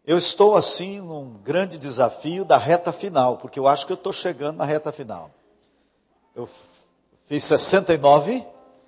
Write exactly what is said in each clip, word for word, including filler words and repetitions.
Eu estou assim num grande desafio da reta final, porque eu acho que eu estou chegando na reta final. Eu fiz sessenta e nove,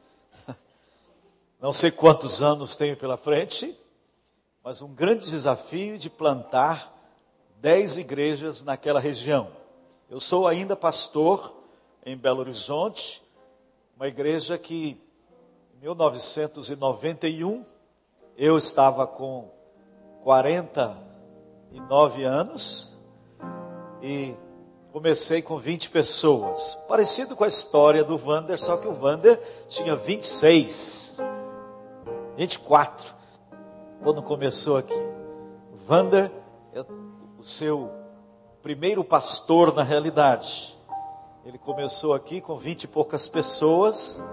não sei quantos anos tenho pela frente, mas um grande desafio de plantar dez igrejas naquela região. Eu sou ainda pastor em Belo Horizonte, uma igreja que em mil novecentos e noventa e um eu estava com quarenta e nove anos e comecei com vinte pessoas. Parecido com a história do Wander, só que o Wander tinha vinte e seis, vinte e quatro quando começou aqui. O Wander é o seu primeiro pastor na realidade. Ele começou aqui com vinte e poucas pessoas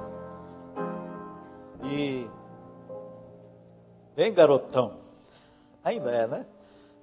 e bem garotão, ainda é, né?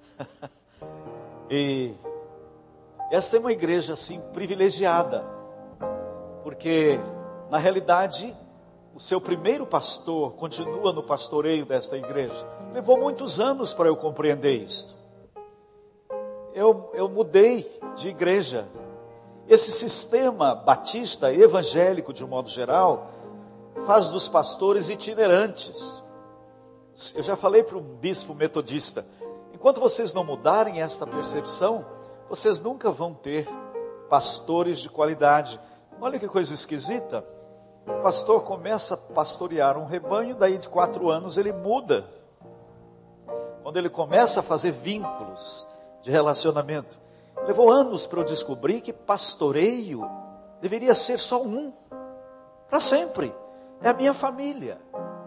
E esta é uma igreja assim privilegiada, porque na realidade o seu primeiro pastor continua no pastoreio desta igreja. Levou muitos anos para eu compreender isto. Eu, eu mudei de igreja. Esse sistema batista evangélico, de um modo geral, faz dos pastores itinerantes. Eu já falei para um bispo metodista: enquanto vocês não mudarem esta percepção, vocês nunca vão ter pastores de qualidade. Olha que coisa esquisita. O pastor começa a pastorear um rebanho, daí de quatro anos ele muda. Quando ele começa a fazer vínculos de relacionamento. Levou anos para eu descobrir que pastoreio deveria ser só um, para sempre. É a minha família.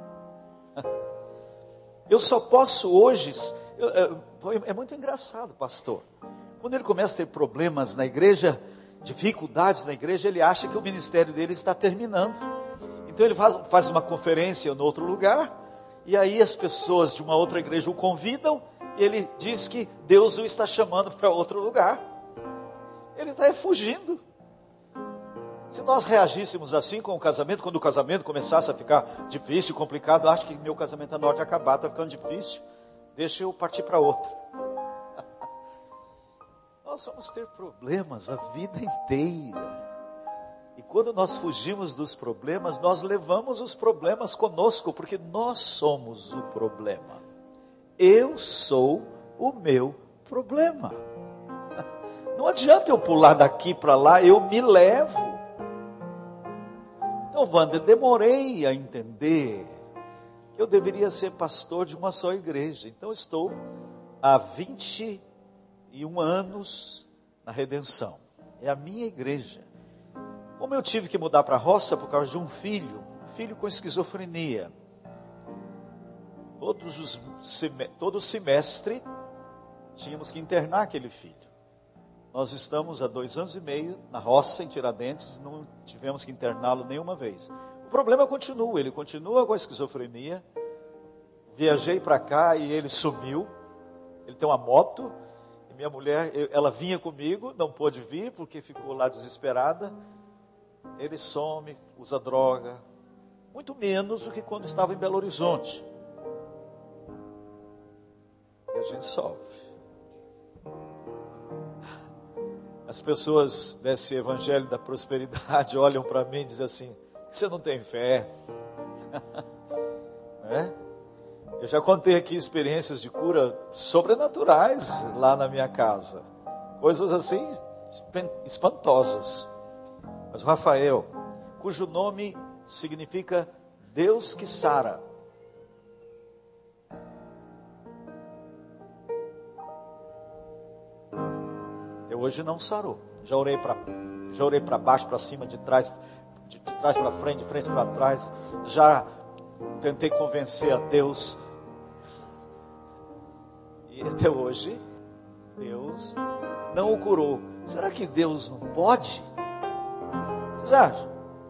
Eu só posso hoje... Eu, eu, é muito engraçado, pastor. Quando ele começa a ter problemas na igreja, dificuldades na igreja, ele acha que o ministério dele está terminando. Então ele faz, faz uma conferência em outro lugar, e aí as pessoas de uma outra igreja o convidam, e ele diz que Deus o está chamando para outro lugar. Ele está fugindo. Se nós reagíssemos assim com o casamento, quando o casamento começasse a ficar difícil, complicado, acho que meu casamento não pode acabar, está ficando difícil, deixa eu partir para outra. Nós vamos ter problemas a vida inteira. E quando nós fugimos dos problemas, nós levamos os problemas conosco, porque nós somos o problema. Eu sou o meu problema. Não adianta eu pular daqui para lá, eu me levo. Então, Wander, demorei a entender que eu deveria ser pastor de uma só igreja. Então, estou há vinte e um anos na Redenção. É a minha igreja. Como eu tive que mudar para a roça por causa de um filho, um filho com esquizofrenia. Todos os, todo semestre tínhamos que internar aquele filho. Nós estamos há dois anos e meio na roça em Tiradentes, não tivemos que interná-lo nenhuma vez. O problema continua, ele continua com a esquizofrenia. Viajei para cá e ele sumiu. Ele tem uma moto, e minha mulher, ela vinha comigo, não pôde vir porque ficou lá desesperada. Ele some, usa droga, muito menos do que quando estava em Belo Horizonte. E a gente sofre. As pessoas desse evangelho da prosperidade olham para mim e dizem assim: você não tem fé? É? Eu já contei aqui experiências de cura sobrenaturais lá na minha casa. Coisas assim espantosas. Mas o Rafael, cujo nome significa Deus que sara. Eu hoje não sarou. Já orei para já orei para baixo, para cima, de trás, de, de trás para frente, de frente para trás. Já tentei convencer a Deus. E até hoje, Deus não o curou. Será que Deus não pode? Vocês acham?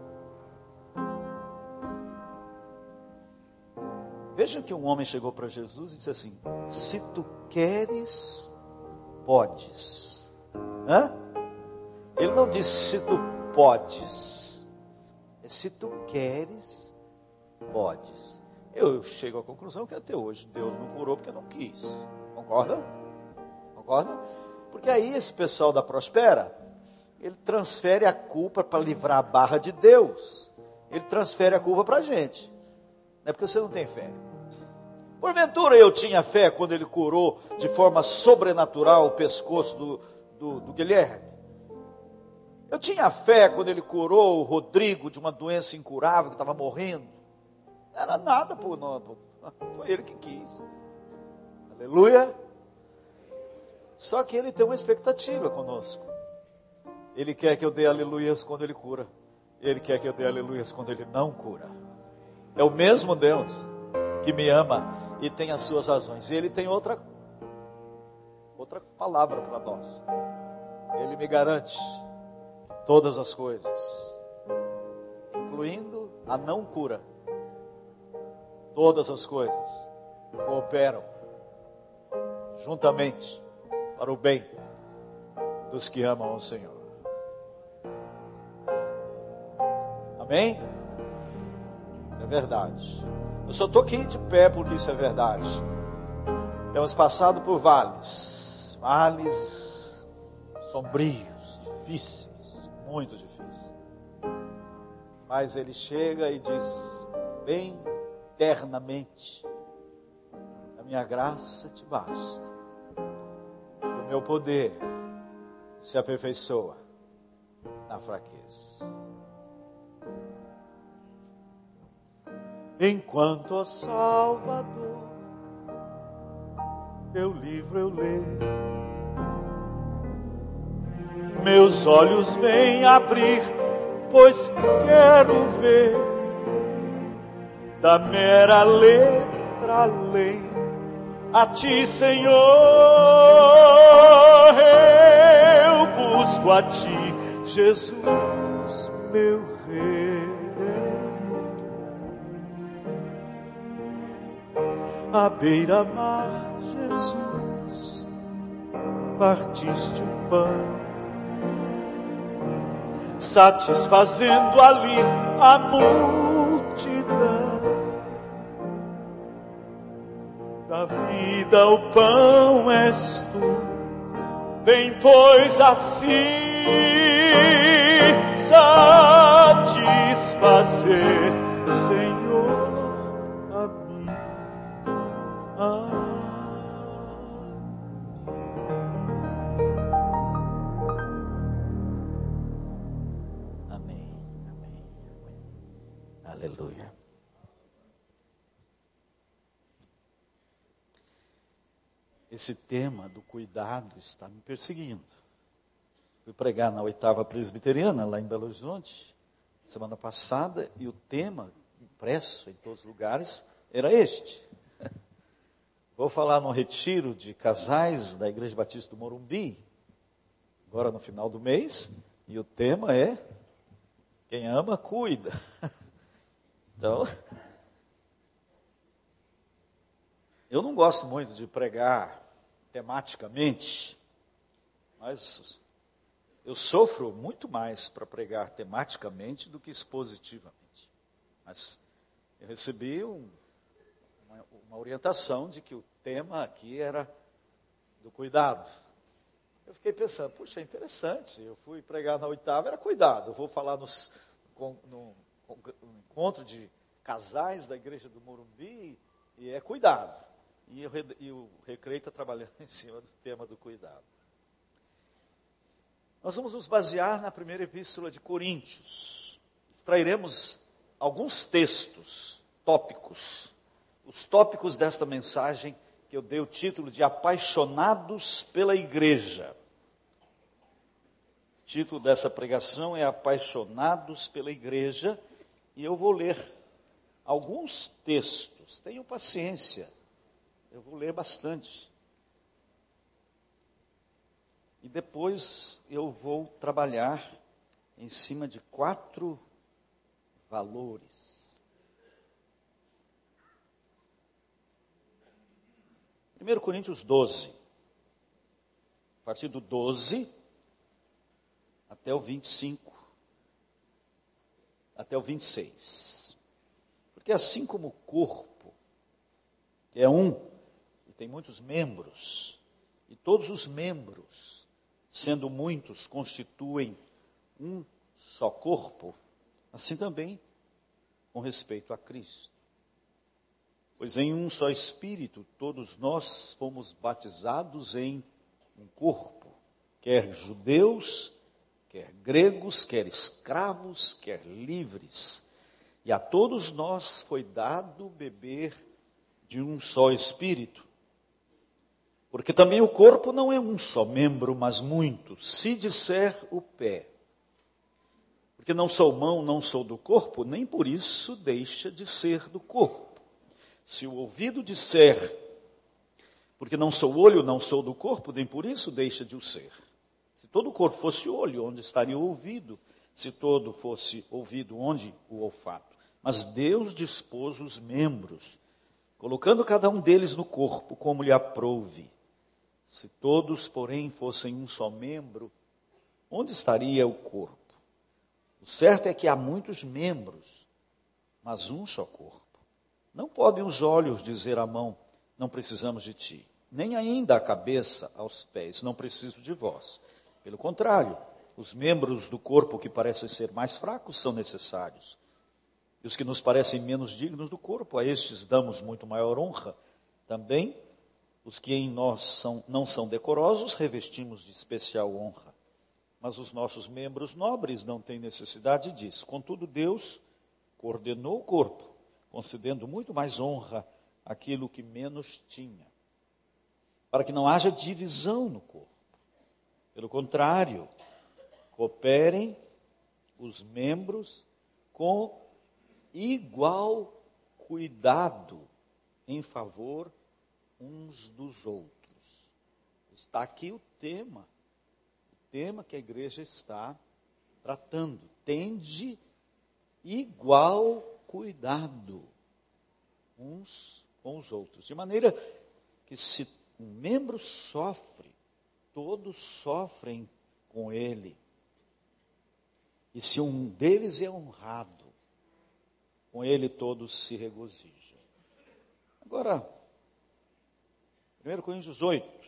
Vejam que um homem chegou para Jesus e disse assim: se tu queres, podes. Hã? Ele não disse se tu podes. É se tu queres, podes. Eu chego à conclusão que até hoje Deus não curou porque não quis. Concorda? Concorda? Porque aí esse pessoal da Prospera, ele transfere a culpa para livrar a barra de Deus. Ele transfere a culpa para a gente. Não é porque você não tem fé. Porventura eu tinha fé quando ele curou de forma sobrenatural o pescoço do, do, do Guilherme. Eu tinha fé quando ele curou o Rodrigo de uma doença incurável que estava morrendo. Não era nada, por não, por, foi ele que quis. Aleluia. Só que ele tem uma expectativa conosco. Ele quer que eu dê aleluias quando ele cura. Ele quer que eu dê aleluias quando ele não cura. É o mesmo Deus que me ama e tem as suas razões. E ele tem outra, outra palavra para nós. Ele me garante que todas as coisas, incluindo a não cura, todas as coisas cooperam juntamente para o bem dos que amam o Senhor. Amém? Isso é verdade. Eu só estou aqui de pé porque isso é verdade. Temos passado por vales, vales sombrios, difíceis, muito difíceis. Mas ele chega e diz, bem ternamente, a minha graça te basta. O meu poder se aperfeiçoa na fraqueza. Enquanto, ó Salvador, teu livro eu leio, meus olhos vêm abrir, pois quero ver da mera letra além. A ti, Senhor, eu busco a ti, Jesus, meu Redentor. À beira-mar, Jesus, partiste o pão, satisfazendo ali a multidão. Da vida o pão és tu, vem pois assim satisfazer, Senhor, a mim. A Amém, amém, amém. Aleluia. Esse tema do cuidado está me perseguindo. Fui pregar na oitava presbiteriana, lá em Belo Horizonte, semana passada, e o tema, impresso em todos os lugares, era este. Vou falar no retiro de casais da Igreja Batista do Morumbi, agora no final do mês, e o tema é, quem ama, cuida. Então, eu não gosto muito de pregar tematicamente, mas eu sofro muito mais para pregar tematicamente do que expositivamente. Mas eu recebi um, uma, uma orientação de que o tema aqui era do cuidado. Eu fiquei pensando, puxa, é interessante, eu fui pregar na oitava, era cuidado. Eu vou falar nos, com, no, no encontro de casais da Igreja do Morumbi, e é cuidado. E, eu, e o Recreio está trabalhando em cima do tema do cuidado. Nós vamos nos basear na primeira epístola de Coríntios. Extrairemos alguns textos, tópicos. Os tópicos desta mensagem, que eu dei o título de Apaixonados pela Igreja. O título dessa pregação é Apaixonados pela Igreja. E eu vou ler alguns textos. Tenham paciência. Eu vou ler bastante. E depois eu vou trabalhar em cima de quatro valores. primeira Coríntios doze. A partir do doze até o vinte e cinco. Até o vinte e seis. Porque assim como o corpo é um e tem muitos membros, e todos os membros, sendo muitos, constituem um só corpo, assim também com respeito a Cristo. Pois em um só Espírito todos nós fomos batizados em um corpo, quer judeus, quer gregos, quer escravos, quer livres. E a todos nós foi dado beber de um só Espírito. Porque também o corpo não é um só membro, mas muitos. Se disser o pé, porque não sou mão, não sou do corpo, nem por isso deixa de ser do corpo. Se o ouvido disser, porque não sou olho, não sou do corpo, nem por isso deixa de o ser. Se todo o corpo fosse olho, onde estaria o ouvido? Se todo fosse ouvido, onde o olfato? Mas Deus dispôs os membros, colocando cada um deles no corpo, como lhe aprouve. Se todos, porém, fossem um só membro, onde estaria o corpo? O certo é que há muitos membros, mas um só corpo. Não podem os olhos dizer à mão, não precisamos de ti, nem ainda a cabeça aos pés, não preciso de vós. Pelo contrário, os membros do corpo que parecem ser mais fracos são necessários. E os que nos parecem menos dignos do corpo, a estes damos muito maior honra. Também, os que em nós são, não são decorosos, revestimos de especial honra. Mas os nossos membros nobres não têm necessidade disso. Contudo, Deus coordenou o corpo, concedendo muito mais honra àquilo que menos tinha, para que não haja divisão no corpo. Pelo contrário, cooperem os membros com igual cuidado em favor uns dos outros. Está aqui o tema, o tema que a igreja está tratando. Tende igual cuidado uns com os outros. De maneira que se um membro sofre, todos sofrem com ele. E se um deles é honrado, com ele todos se regozijam. Agora, primeira Coríntios oito.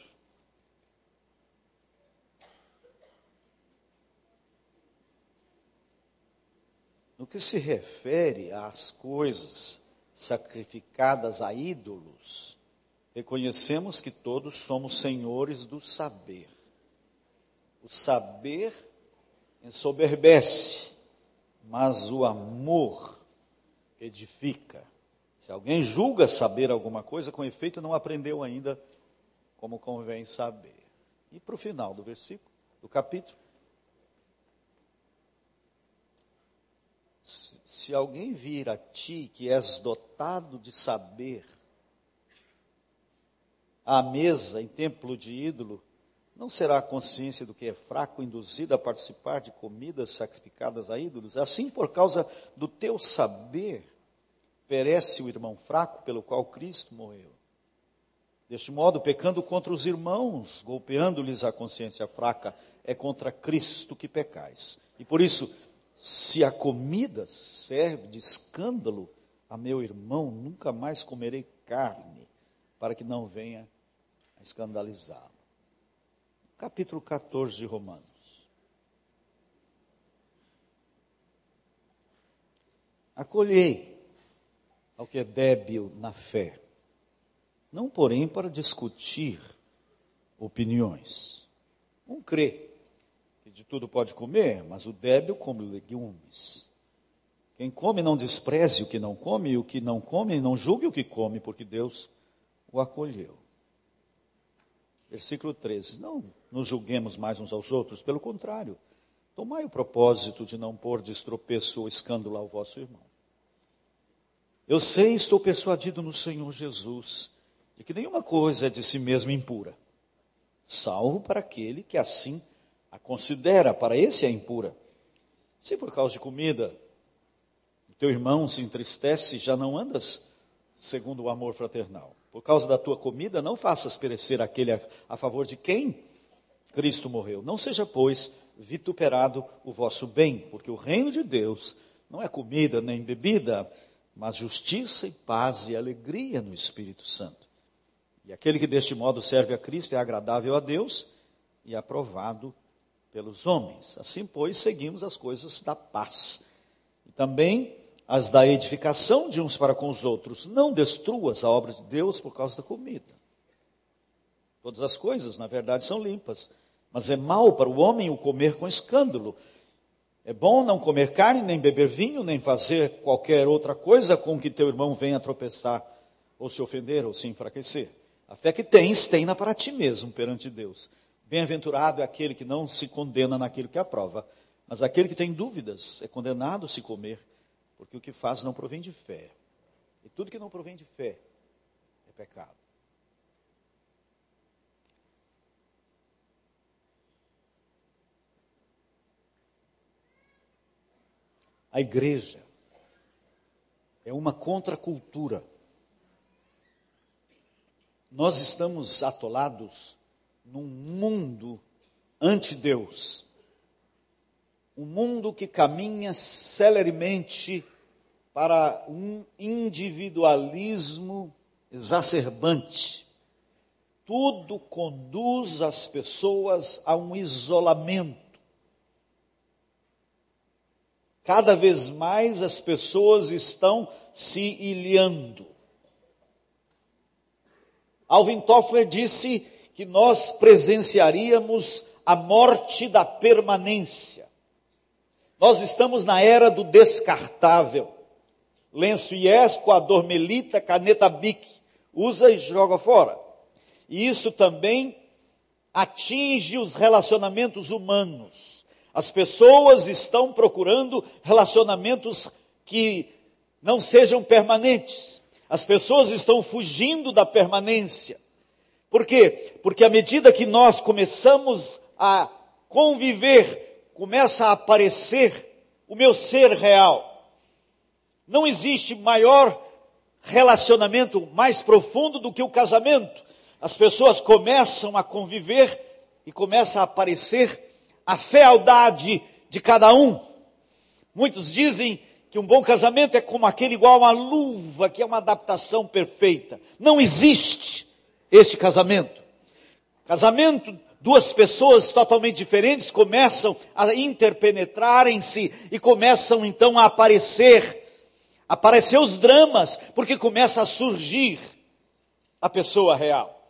No que se refere às coisas sacrificadas a ídolos, reconhecemos que todos somos senhores do saber. O saber ensoberbece, mas o amor edifica. Se alguém julga saber alguma coisa, com efeito não aprendeu ainda como convém saber. E para o final do versículo, do capítulo, se alguém vir a ti que és dotado de saber, à mesa em templo de ídolo, não será a consciência do que é fraco induzido a participar de comidas sacrificadas a ídolos? Assim, por causa do teu saber, perece o irmão fraco pelo qual Cristo morreu. Deste modo, pecando contra os irmãos, golpeando-lhes a consciência fraca, é contra Cristo que pecais. E por isso, se a comida serve de escândalo a meu irmão, nunca mais comerei carne, para que não venha a escandalizá-lo. Capítulo catorze de Romanos. Acolhei ao que é débil na fé, não porém para discutir opiniões. Um crê que de tudo pode comer, mas o débil come legumes. Quem come não despreze o que não come, e o que não come não julgue o que come, porque Deus o acolheu. Versículo treze, não nos julguemos mais uns aos outros, pelo contrário, tomai o propósito de não pôr de estropeço ou escândalo ao vosso irmão. Eu sei, estou persuadido no Senhor Jesus, de que nenhuma coisa é de si mesma impura, salvo para aquele que assim a considera, para esse é impura. Se por causa de comida o teu irmão se entristece, já não andas segundo o amor fraternal. Por causa da tua comida, não faças perecer aquele a, a favor de quem Cristo morreu. Não seja, pois, vituperado o vosso bem, porque o reino de Deus não é comida nem bebida, mas justiça e paz e alegria no Espírito Santo. E aquele que deste modo serve a Cristo é agradável a Deus e aprovado pelos homens. Assim, pois, seguimos as coisas da paz. E também as da edificação de uns para com os outros. Não destruas a obra de Deus por causa da comida. Todas as coisas, na verdade, são limpas, mas é mal para o homem o comer com escândalo. É bom não comer carne, nem beber vinho, nem fazer qualquer outra coisa com que teu irmão venha tropeçar, ou se ofender, ou se enfraquecer. A fé que tens, tenha para ti mesmo perante Deus. Bem-aventurado é aquele que não se condena naquilo que aprova, mas aquele que tem dúvidas é condenado se comer, porque o que faz não provém de fé. E tudo que não provém de fé é pecado. A igreja é uma contracultura. Nós estamos atolados num mundo anti-Deus. Um mundo que caminha celeremente para um individualismo exacerbante. Tudo conduz as pessoas a um isolamento. Cada vez mais as pessoas estão se ilhando. Alvin Toffler disse que nós presenciaríamos a morte da permanência. Nós estamos na era do descartável. Lenço Ies, coador Melita, caneta Bic, usa e joga fora. E isso também atinge os relacionamentos humanos. As pessoas estão procurando relacionamentos que não sejam permanentes. As pessoas estão fugindo da permanência. Por quê? Porque à medida que nós começamos a conviver, começa a aparecer o meu ser real. Não existe maior relacionamento mais profundo do que o casamento. As pessoas começam a conviver e começa a aparecer a fealdade de cada um. Muitos dizem que um bom casamento é como aquele igual a uma luva, que é uma adaptação perfeita. Não existe este casamento. Casamento, duas pessoas totalmente diferentes começam a interpenetrarem-se e começam então a aparecer, aparecer os dramas, porque começa a surgir a pessoa real.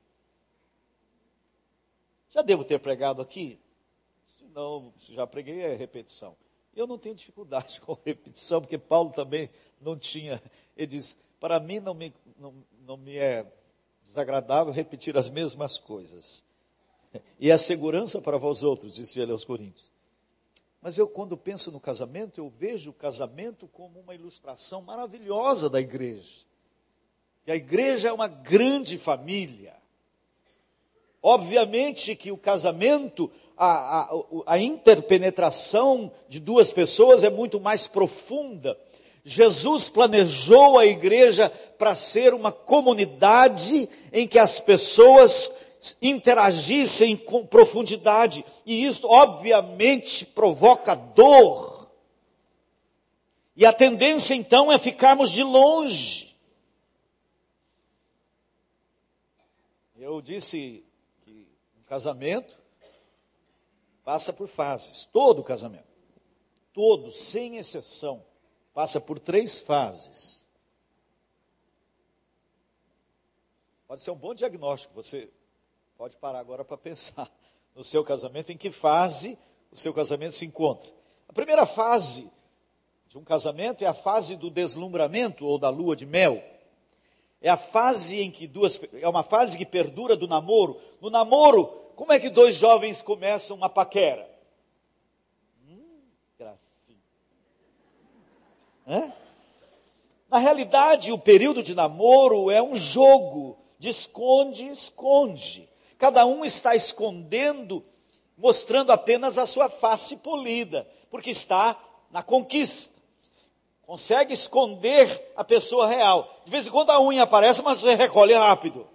Já devo ter pregado aqui? Não, se já preguei, é repetição. Eu não tenho dificuldade com repetição, porque Paulo também não tinha. Ele diz, para mim não me, não, não me é desagradável repetir as mesmas coisas. E a segurança para vós outros, disse ele aos Coríntios. Mas eu, quando penso no casamento, eu vejo o casamento como uma ilustração maravilhosa da igreja. E a igreja é uma grande família. Obviamente que o casamento, a, a, a interpenetração de duas pessoas é muito mais profunda. Jesus planejou a igreja para ser uma comunidade em que as pessoas interagissem com profundidade. E isso, obviamente, provoca dor. E a tendência, então, é ficarmos de longe. Eu disse que um casamento passa por fases. Todo casamento, todo, sem exceção, passa por três fases. Pode ser um bom diagnóstico. Você pode parar agora para pensar no seu casamento, em que fase o seu casamento se encontra. A primeira fase de um casamento é a fase do deslumbramento ou da lua de mel. É a fase em que duas, é uma fase que perdura do namoro. No namoro, como é que dois jovens começam uma paquera? Hum, gracinha. Hã? Na realidade, o período de namoro é um jogo de esconde, esconde. Cada um está escondendo, mostrando apenas a sua face polida, porque está na conquista. Consegue esconder a pessoa real. De vez em quando a unha aparece, mas você recolhe rápido.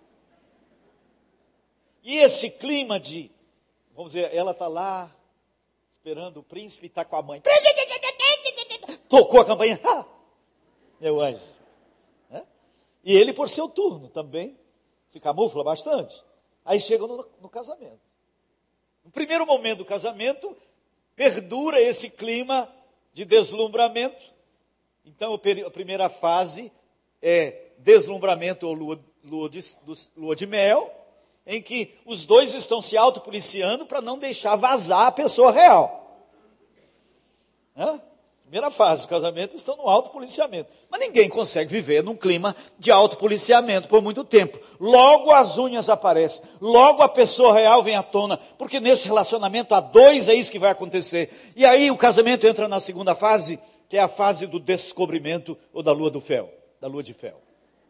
E esse clima de, vamos dizer, ela está lá, esperando o príncipe, está com a mãe. Tocou a campainha. Ah! meu anjo. Né? E ele, por seu turno, também se camufla bastante. Aí chega no, no casamento. No primeiro momento do casamento, perdura esse clima de deslumbramento. Então, a primeira fase é deslumbramento ou lua, lua, de, lua de mel, em que os dois estão se autopoliciando para não deixar vazar a pessoa real. Né? Primeira fase do casamento, estão no autopoliciamento. Mas ninguém consegue viver num clima de autopoliciamento por muito tempo. Logo as unhas aparecem, logo a pessoa real vem à tona, porque nesse relacionamento a dois é isso que vai acontecer. E aí o casamento entra na segunda fase, que é a fase do descobrimento ou da lua do fel, da lua de fel.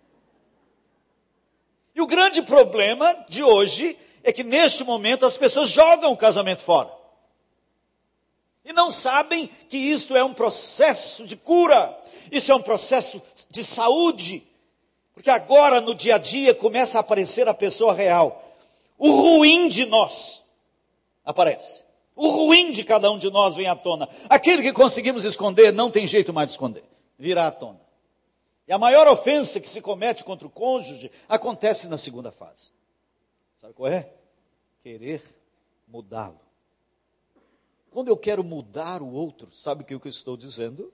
E o grande problema de hoje é que neste momento as pessoas jogam o casamento fora. E não sabem que isto é um processo de cura, isso é um processo de saúde, porque agora no dia a dia começa a aparecer a pessoa real. O ruim de nós aparece, o ruim de cada um de nós vem à tona. Aquele que conseguimos esconder, não tem jeito mais de esconder, virá à tona. E a maior ofensa que se comete contra o cônjuge acontece na segunda fase. Sabe qual é? Querer mudá-lo. Quando eu quero mudar o outro, sabe o que eu estou dizendo?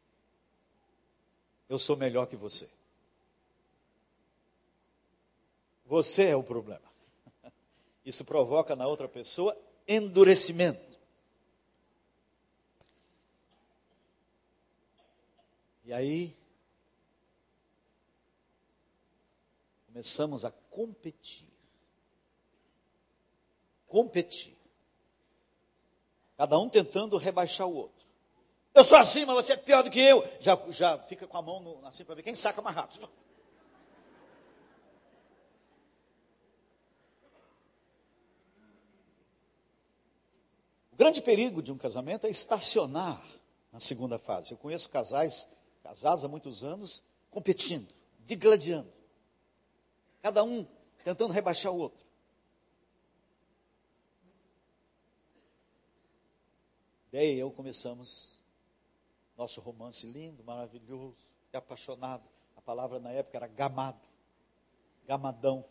Eu sou melhor que você. Você é o problema. Isso provoca na outra pessoa endurecimento. E aí, começamos a competir. Competir. Cada um tentando rebaixar o outro. Eu sou assim, mas você é pior do que eu. Já, já fica com a mão no, assim para ver quem saca mais rápido. O grande perigo de um casamento é estacionar na segunda fase. Eu conheço casais, casados há muitos anos, competindo, digladiando. Cada um tentando rebaixar o outro. Daí eu começamos nosso romance lindo, maravilhoso, fiquei apaixonado. A palavra na época era gamado, gamadão.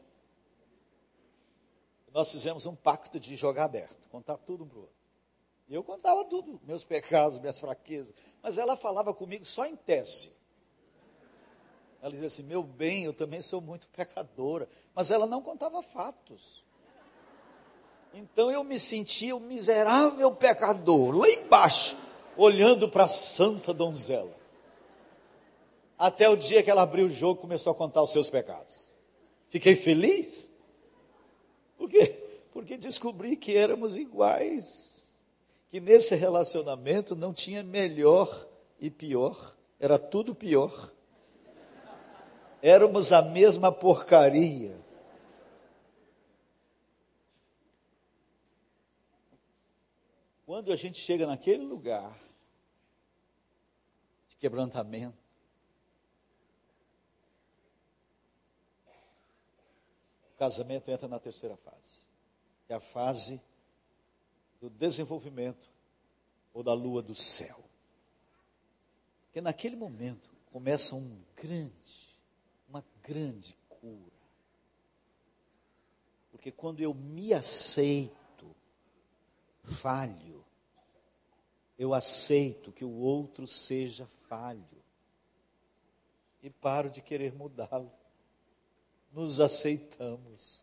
Nós fizemos um pacto de jogar aberto, contar tudo um para o outro. E eu contava tudo, meus pecados, minhas fraquezas. Mas ela falava comigo só em tese. Ela dizia assim, meu bem, eu também sou muito pecadora. Mas ela não contava fatos. Então eu me sentia um miserável pecador, lá embaixo, olhando para a santa donzela. Até o dia que ela abriu o jogo e começou a contar os seus pecados. Fiquei feliz. Por quê? Porque descobri que éramos iguais. Que nesse relacionamento não tinha melhor e pior. Era tudo pior. Éramos a mesma porcaria. Quando a gente chega naquele lugar de quebrantamento, o casamento entra na terceira fase, que é a fase do desenvolvimento ou da lua do céu. Porque naquele momento começa um grande, uma grande cura. Porque quando eu me aceito falho, eu aceito que o outro seja falho e paro de querer mudá-lo. Nos aceitamos.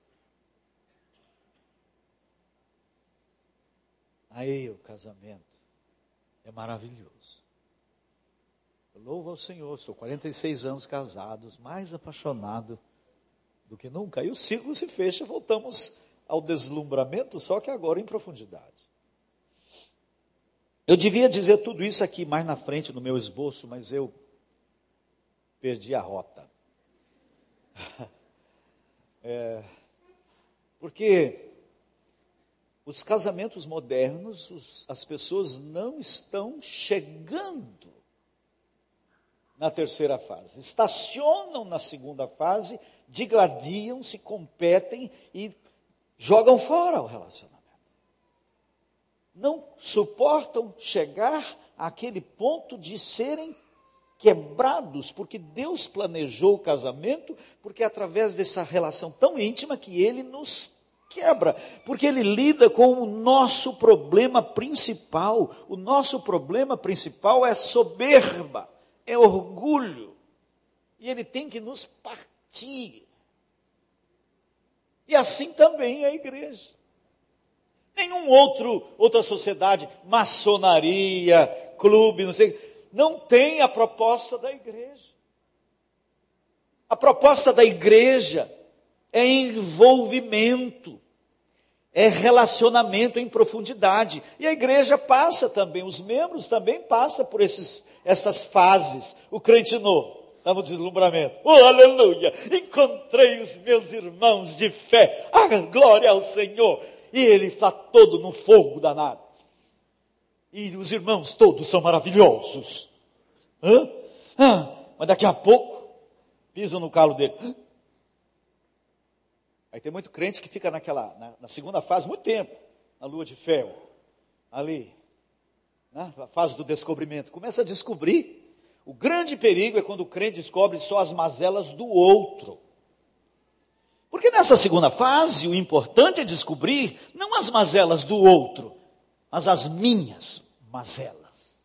Aí o casamento é maravilhoso. Eu louvo ao Senhor, estou quarenta e seis anos casados, mais apaixonado do que nunca. Aí o ciclo se fecha, voltamos ao deslumbramento, só que agora em profundidade. Eu devia dizer tudo isso aqui mais na frente no meu esboço, mas eu perdi a rota. É, porque os casamentos modernos, os, as pessoas não estão chegando na terceira fase. Estacionam na segunda fase, digladiam-se, competem e jogam fora o relacionamento. Não suportam chegar àquele ponto de serem quebrados, porque Deus planejou o casamento, porque é através dessa relação tão íntima que Ele nos quebra, porque Ele lida com o nosso problema principal. O nosso problema principal é soberba, é orgulho, e Ele tem que nos partir. E assim também é a igreja. Nenhum outro, outra sociedade, maçonaria, clube, não sei, não tem a proposta da igreja. A proposta da igreja é envolvimento, é relacionamento em profundidade. E a igreja passa também, os membros também passam por esses, essas fases. O crente novo está no deslumbramento. Oh, aleluia! Encontrei os meus irmãos de fé. Ah, glória ao Senhor! E ele está todo no fogo danado. E os irmãos todos são maravilhosos. Hã? Ah, mas daqui a pouco, pisam no calo dele. Aí tem muito crente que fica naquela, na, na segunda fase, muito tempo, na lua de fel, ali, na fase do descobrimento. Começa a descobrir. O grande perigo é quando o crente descobre só as mazelas do outro. Porque nessa segunda fase, o importante é descobrir não as mazelas do outro, mas as minhas mazelas.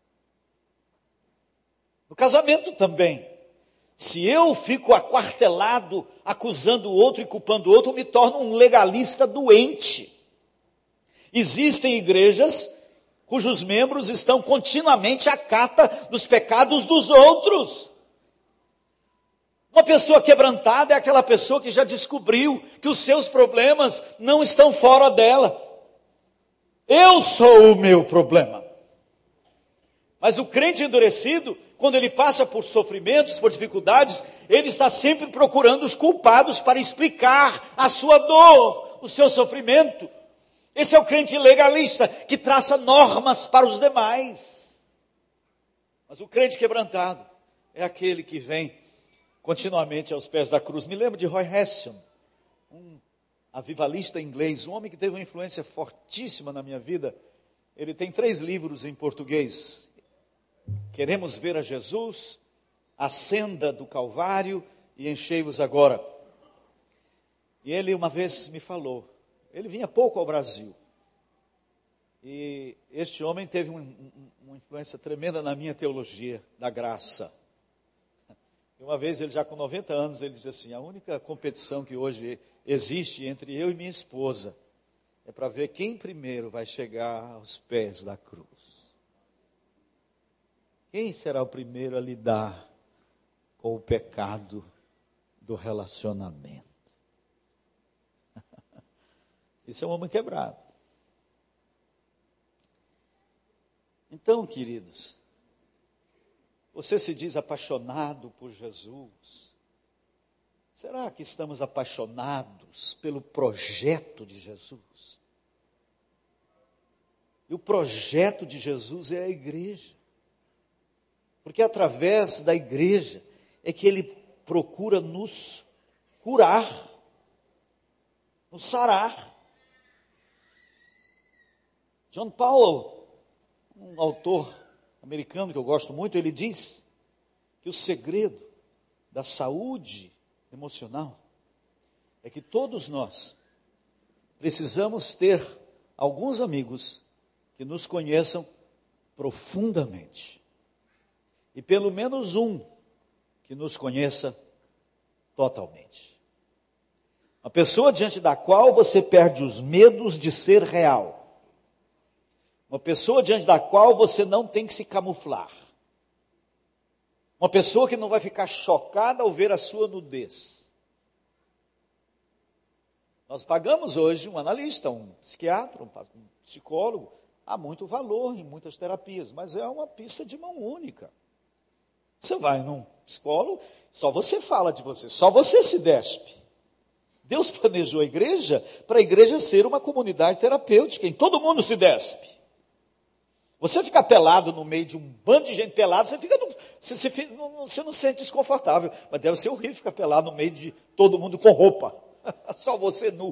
No casamento também. Se eu fico aquartelado, acusando o outro e culpando o outro, eu me torno um legalista doente. Existem igrejas cujos membros estão continuamente à cata dos pecados dos outros. Uma pessoa quebrantada é aquela pessoa que já descobriu que os seus problemas não estão fora dela. Eu sou o meu problema. Mas o crente endurecido, quando ele passa por sofrimentos, por dificuldades, ele está sempre procurando os culpados para explicar a sua dor, o seu sofrimento. Esse é o crente legalista, que traça normas para os demais. Mas o crente quebrantado é aquele que vem continuamente aos pés da cruz. Me lembro de Roy Hession, um avivalista inglês, um homem que teve uma influência fortíssima na minha vida. Ele tem três livros em português. Queremos ver a Jesus, A Senda do Calvário e Enchei-vos Agora. E ele uma vez me falou, ele vinha pouco ao Brasil, e este homem teve um, um, uma influência tremenda na minha teologia da graça. E uma vez, ele já com noventa anos, ele disse assim, a única competição que hoje existe entre eu e minha esposa é para ver quem primeiro vai chegar aos pés da cruz. Quem será o primeiro a lidar com o pecado do relacionamento? Isso é um homem quebrado. Então, queridos, você se diz apaixonado por Jesus. Será que estamos apaixonados pelo projeto de Jesus? E o projeto de Jesus é a igreja. Porque através da igreja é que Ele procura nos curar, nos sarar. John Powell, um autor americano que eu gosto muito, ele diz que o segredo da saúde emocional é que todos nós precisamos ter alguns amigos que nos conheçam profundamente. E pelo menos um que nos conheça totalmente. Uma pessoa diante da qual você perde os medos de ser real. Uma pessoa diante da qual você não tem que se camuflar. Uma pessoa que não vai ficar chocada ao ver a sua nudez. Nós pagamos hoje um analista, um psiquiatra, um psicólogo. Há muito valor em muitas terapias, mas é uma pista de mão única. Você vai num psicólogo, só você fala de você, só você se despe. Deus planejou a igreja para a igreja ser uma comunidade terapêutica, em todo mundo se despe. Você ficar pelado no meio de um bando de gente pelado, você, fica, você, você, não, você não se sente desconfortável, mas deve ser horrível ficar pelado no meio de todo mundo com roupa, só você nu.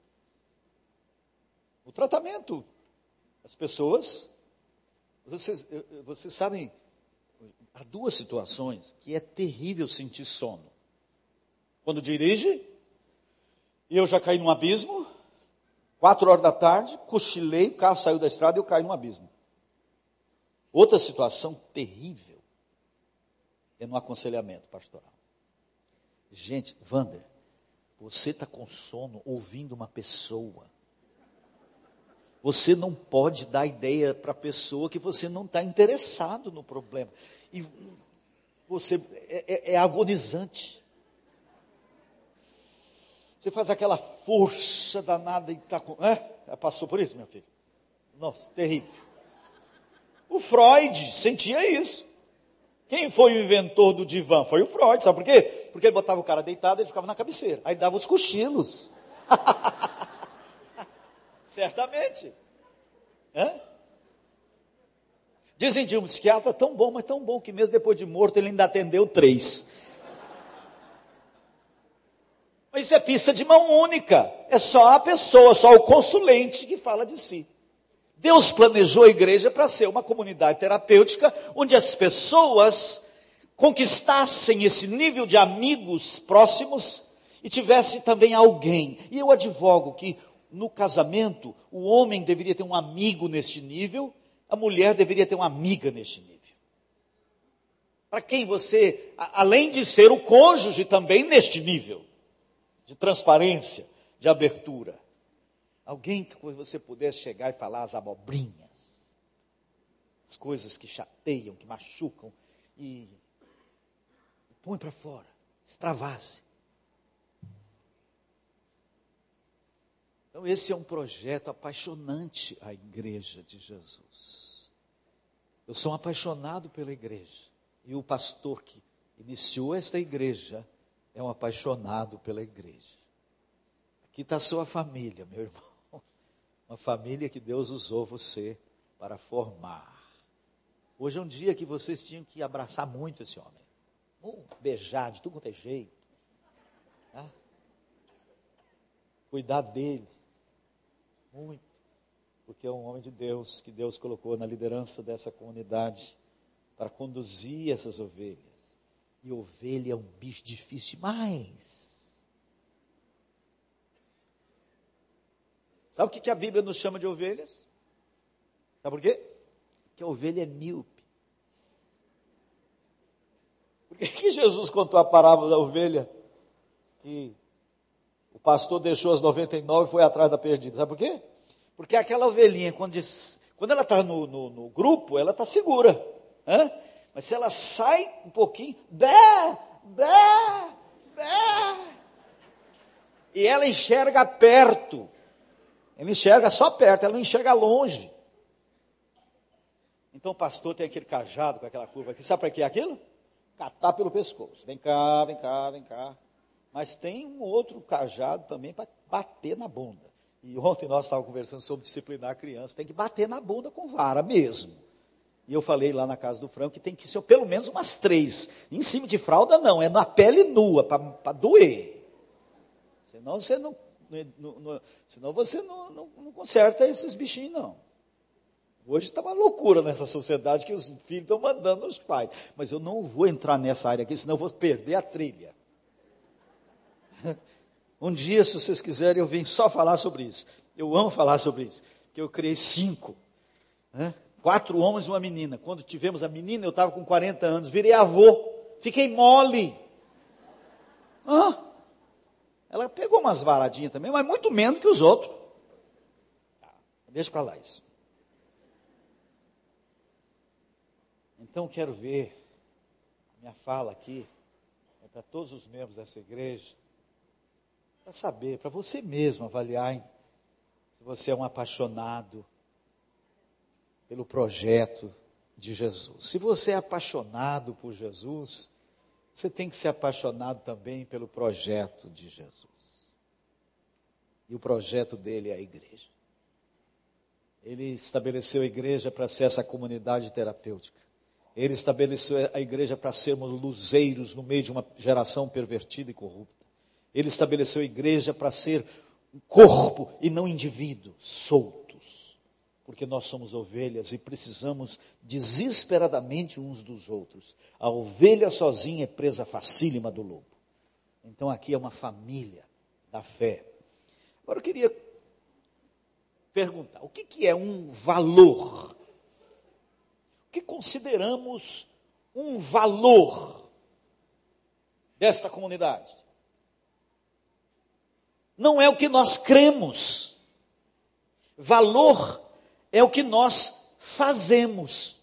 O tratamento, as pessoas, vocês, vocês sabem, há duas situações que é terrível sentir sono. Quando dirige, e eu já caí num abismo, quatro horas da tarde, cochilei, o carro saiu da estrada e eu caí num abismo. Outra situação terrível é no aconselhamento pastoral. Gente, Wander, você está com sono ouvindo uma pessoa. Você não pode dar ideia para a pessoa que você não está interessado no problema. E você é, é, é agonizante. Você faz aquela força danada e está com... É? Passou por isso, meu filho? Nossa, terrível. O Freud sentia isso. Quem foi o inventor do divã? Foi o Freud, sabe por quê? Porque ele botava o cara deitado e ele ficava na cabeceira. Aí dava os cochilos. Certamente. Hã? Dizem de um psiquiatra tão bom, mas tão bom, que mesmo depois de morto ele ainda atendeu três. Mas isso é pista de mão única. É só a pessoa, só o consulente que fala de si. Deus planejou a igreja para ser uma comunidade terapêutica, onde as pessoas conquistassem esse nível de amigos próximos e tivesse também alguém. E eu advogo que no casamento, o homem deveria ter um amigo neste nível, a mulher deveria ter uma amiga neste nível. Para quem você, além de ser o cônjuge, também neste nível de transparência, de abertura. Alguém que você pudesse chegar e falar as abobrinhas, as coisas que chateiam, que machucam, e põe para fora, extravase. Então esse é um projeto apaixonante, a igreja de Jesus. Eu sou um apaixonado pela igreja, e o pastor que iniciou esta igreja é um apaixonado pela igreja. Aqui está a sua família, meu irmão. Uma família que Deus usou você para formar. Hoje é um dia que vocês tinham que abraçar muito esse homem. Uh, beijar de tudo quanto é jeito. Tá? Cuidar dele. Muito. Porque é um homem de Deus, que Deus colocou na liderança dessa comunidade para conduzir essas ovelhas. E ovelha é um bicho difícil demais. Sabe o que a Bíblia nos chama de ovelhas? Sabe por quê? Porque a ovelha é míope. Por que, que Jesus contou a parábola da ovelha? Que o pastor deixou as noventa e nove e foi atrás da perdida. Sabe por quê? Porque aquela ovelhinha, quando, diz, quando ela está no, no, no grupo, ela está segura. Hein? Mas se ela sai um pouquinho, bé, bé, bé, e ela enxerga perto. Ela enxerga só perto, ela não enxerga longe. Então o pastor tem aquele cajado com aquela curva aqui. Sabe para que é aquilo? Catar pelo pescoço. Vem cá, vem cá, vem cá. Mas tem um outro cajado também para bater na bunda. E ontem nós estávamos conversando sobre disciplinar a criança. Tem que bater na bunda com vara mesmo. E eu falei lá na casa do Franco que tem que ser pelo menos umas três. Em cima de fralda não, é na pele nua, para doer. Senão você não... No, no, senão você não, não, não conserta esses bichinhos, não. Hoje está uma loucura nessa sociedade que os filhos estão mandando nos pais. Mas eu não vou entrar nessa área aqui, senão eu vou perder a trilha. Um dia, se vocês quiserem, eu venho só falar sobre isso. Eu amo falar sobre isso. Porque eu criei cinco. Né? Quatro homens e uma menina. Quando tivemos a menina, eu estava com quarenta anos. Virei avô. Fiquei mole. Hã? Ela pegou umas varadinhas também, mas muito menos que os outros. Tá, deixa para lá isso. Então, quero ver, minha fala aqui, é para todos os membros dessa igreja, para saber, para você mesmo avaliar hein, se você é um apaixonado pelo projeto de Jesus. Se você é apaixonado por Jesus, você tem que ser apaixonado também pelo projeto de Jesus. E o projeto dele é a igreja. Ele estabeleceu a igreja para ser essa comunidade terapêutica. Ele estabeleceu a igreja para sermos luzeiros no meio de uma geração pervertida e corrupta. Ele estabeleceu a igreja para ser um corpo e não indivíduos soltos. porque nós somos ovelhas e precisamos desesperadamente uns dos outros. A ovelha sozinha é presa facílima do lobo. Então aqui é uma família da fé. Agora eu queria perguntar, o que, que é um valor? O que consideramos um valor desta comunidade? Não é o que nós cremos. Valor é o que nós fazemos.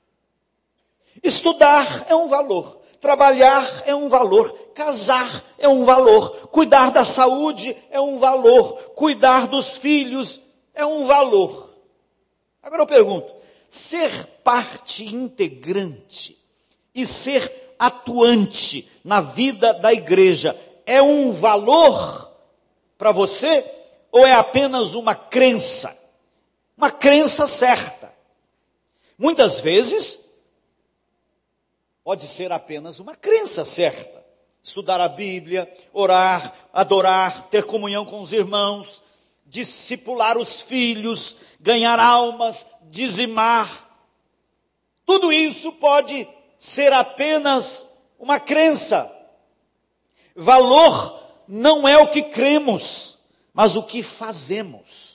Estudar é um valor, trabalhar é um valor, casar é um valor, cuidar da saúde é um valor, cuidar dos filhos é um valor. Agora eu pergunto, ser parte integrante e ser atuante na vida da igreja é um valor para você ou é apenas uma crença? Uma crença certa. Muitas vezes, pode ser apenas uma crença certa. Estudar a Bíblia, orar, adorar, ter comunhão com os irmãos, discipular os filhos, ganhar almas, dizimar. Tudo isso pode ser apenas uma crença. Valor não é o que cremos, mas o que fazemos.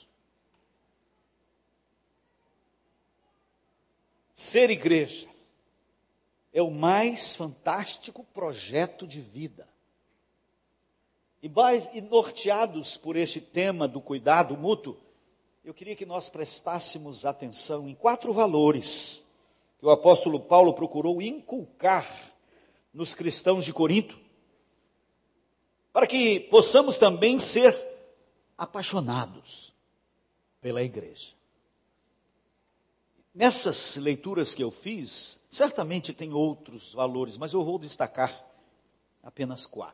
Ser igreja é o mais fantástico projeto de vida. E, mais, e norteados por este tema do cuidado mútuo, eu queria que nós prestássemos atenção em quatro valores que o apóstolo Paulo procurou inculcar nos cristãos de Corinto, para que possamos também ser apaixonados pela igreja. Nessas leituras que eu fiz, certamente tem outros valores, mas eu vou destacar apenas quatro.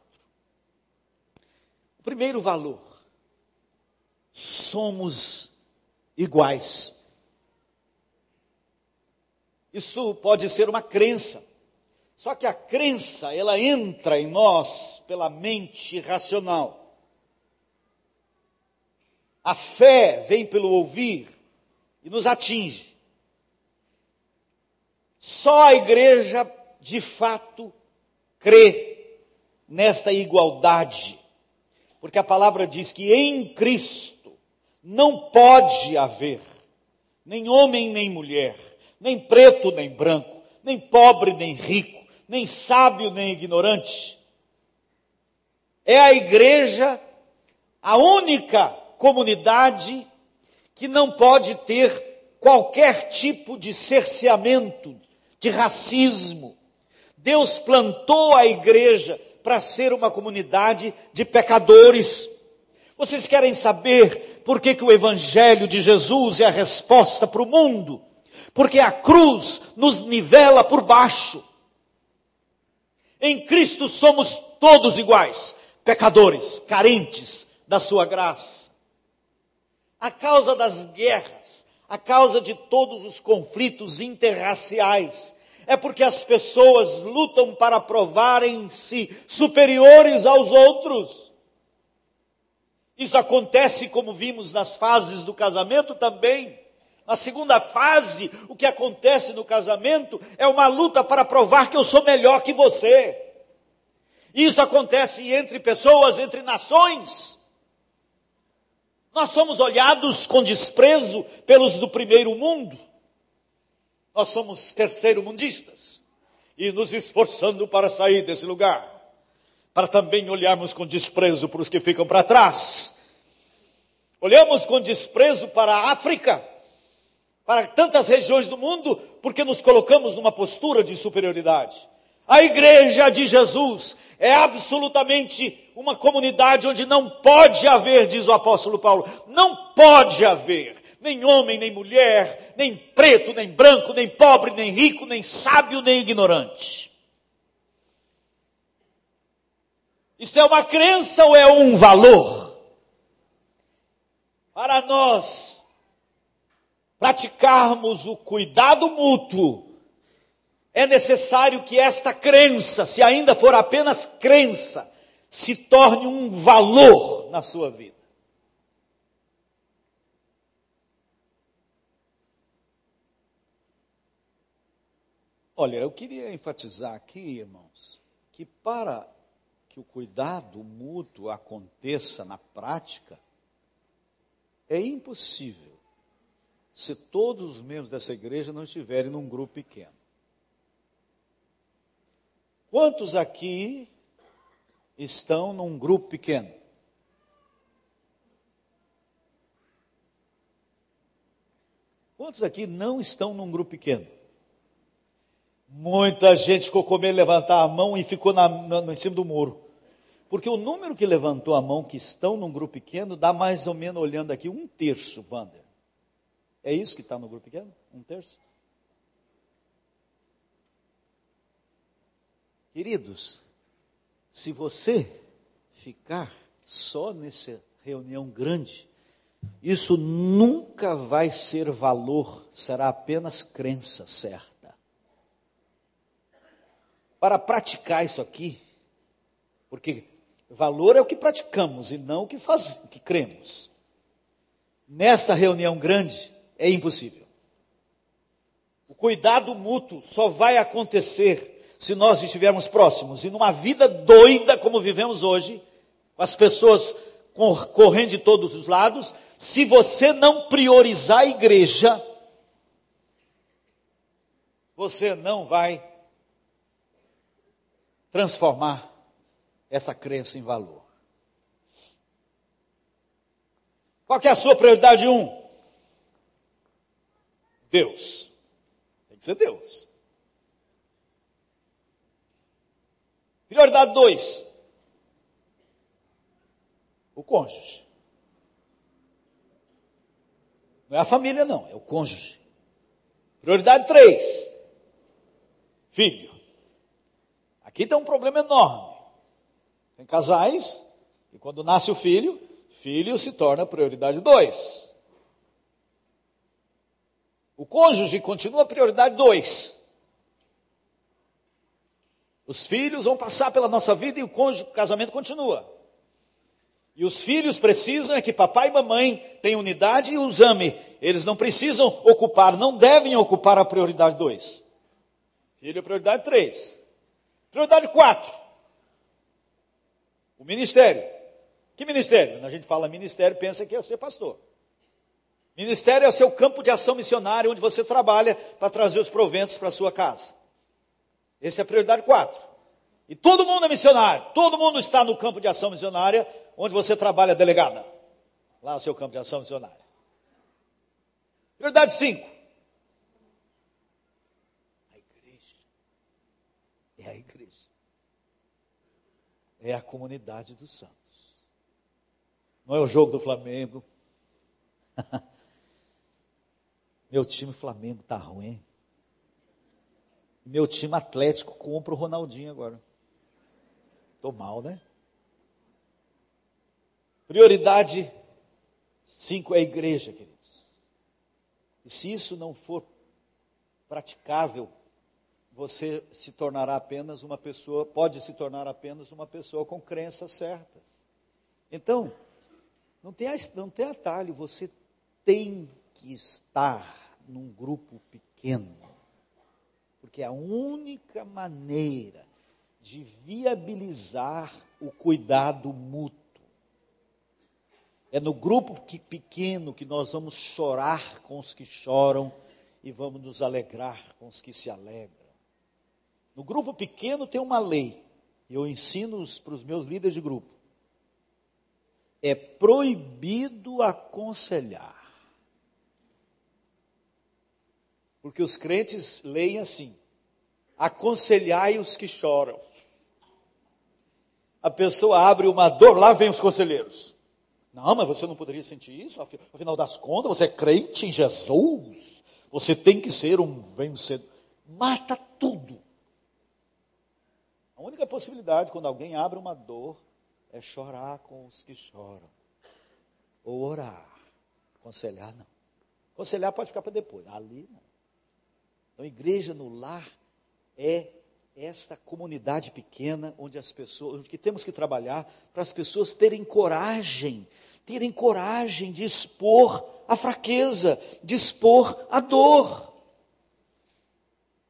O primeiro valor, somos iguais. Isso pode ser uma crença, só que a crença, ela entra em nós pela mente racional. A fé vem pelo ouvir e nos atinge. Só a igreja, de fato, crê nesta igualdade. Porque a palavra diz que em Cristo não pode haver nem homem nem mulher, nem preto nem branco, nem pobre nem rico, nem sábio nem ignorante. É a igreja a única comunidade que não pode ter qualquer tipo de cerceamento, de racismo. Deus plantou a igreja para ser uma comunidade de pecadores. Vocês querem saber por que que o evangelho de Jesus é a resposta para o mundo? Porque a cruz nos nivela por baixo. Em Cristo somos todos iguais, pecadores, carentes da sua graça. A causa das guerras, a causa de todos os conflitos interraciais, é porque as pessoas lutam para provarem-se superiores aos outros. Isso acontece, como vimos nas fases do casamento também. Na segunda fase, o que acontece no casamento é uma luta para provar que eu sou melhor que você. Isso acontece entre pessoas, entre nações. Nós somos olhados com desprezo pelos do primeiro mundo. Nós somos terceiro-mundistas. E nos esforçando para sair desse lugar. Para também olharmos com desprezo para os que ficam para trás. Olhamos com desprezo para a África, para tantas regiões do mundo, porque nos colocamos numa postura de superioridade. A igreja de Jesus é absolutamente uma comunidade onde não pode haver, diz o apóstolo Paulo, não pode haver nem homem, nem mulher, nem preto, nem branco, nem pobre, nem rico, nem sábio, nem ignorante. Isso é uma crença ou é um valor? Para nós praticarmos o cuidado mútuo, é necessário que esta crença, se ainda for apenas crença, se torne um valor na sua vida. Olha, eu queria enfatizar aqui, irmãos, que para que o cuidado mútuo aconteça na prática, é impossível se todos os membros dessa igreja não estiverem num grupo pequeno. Quantos aqui estão num grupo pequeno? Quantos aqui não estão num grupo pequeno? Muita gente ficou com medo de levantar a mão e ficou na, na, em cima do muro. Porque o número que levantou a mão, que estão num grupo pequeno, dá mais ou menos, olhando aqui, um terço, Wander. É isso que está no grupo pequeno? Um terço? Queridos, se você ficar só nessa reunião grande, isso nunca vai ser valor, será apenas crença certa. Para praticar isso aqui, porque valor é o que praticamos e não o que, faz, que cremos. Nesta reunião grande, é impossível. O cuidado mútuo só vai acontecer se nós estivermos próximos. E numa vida doida como vivemos hoje, com as pessoas correndo de todos os lados, se você não priorizar a igreja, você não vai transformar essa crença em valor. Qual que é a sua prioridade? Um, Deus. Tem que ser Deus. Prioridade dois, o cônjuge. Não é a família não, é o cônjuge. Prioridade três, filho. Aqui tem um problema enorme. Tem casais e quando nasce o filho, filho se torna prioridade dois. O cônjuge continua prioridade dois. Os filhos vão passar pela nossa vida e o cônjuge, o casamento continua. E os filhos precisam é que papai e mamãe tenham unidade e os ame. Eles não precisam ocupar, não devem ocupar a prioridade dois. Filho é prioridade três. Prioridade quatro. O ministério. Que ministério? Quando a gente fala ministério, pensa que é ser pastor. Ministério é o seu campo de ação missionária, onde você trabalha para trazer os proventos para a sua casa. Essa é a prioridade quatro. E todo mundo é missionário. Todo mundo está no campo de ação missionária, onde você trabalha delegada. Lá é o seu campo de ação missionária. Prioridade cinco. A igreja. É a igreja. É a comunidade dos santos. Não é o jogo do Flamengo. Meu time Flamengo está ruim. Meu time Atlético compra o Ronaldinho agora. Estou mal, né? Prioridade cinco é a igreja, queridos. E se isso não for praticável, você se tornará apenas uma pessoa, pode se tornar apenas uma pessoa com crenças certas. Então, não tem, não tem atalho, você tem que estar num grupo pequeno. Porque é a única maneira de viabilizar o cuidado mútuo. É no grupo que, pequeno que nós vamos chorar com os que choram e vamos nos alegrar com os que se alegram. No grupo pequeno tem uma lei, eu ensino para os meus líderes de grupo. É proibido aconselhar. Porque os crentes leem assim: aconselhai os que choram. A pessoa abre uma dor, lá vem os conselheiros. Não, mas você não poderia sentir isso, afinal das contas, você é crente em Jesus, você tem que ser um vencedor. Mata tudo. A única possibilidade, quando alguém abre uma dor, é chorar com os que choram. Ou orar. Aconselhar, não. Aconselhar pode ficar para depois, ali não. Então, a igreja no lar é esta comunidade pequena, onde as pessoas, onde temos que trabalhar para as pessoas terem coragem, terem coragem de expor a fraqueza, de expor a dor.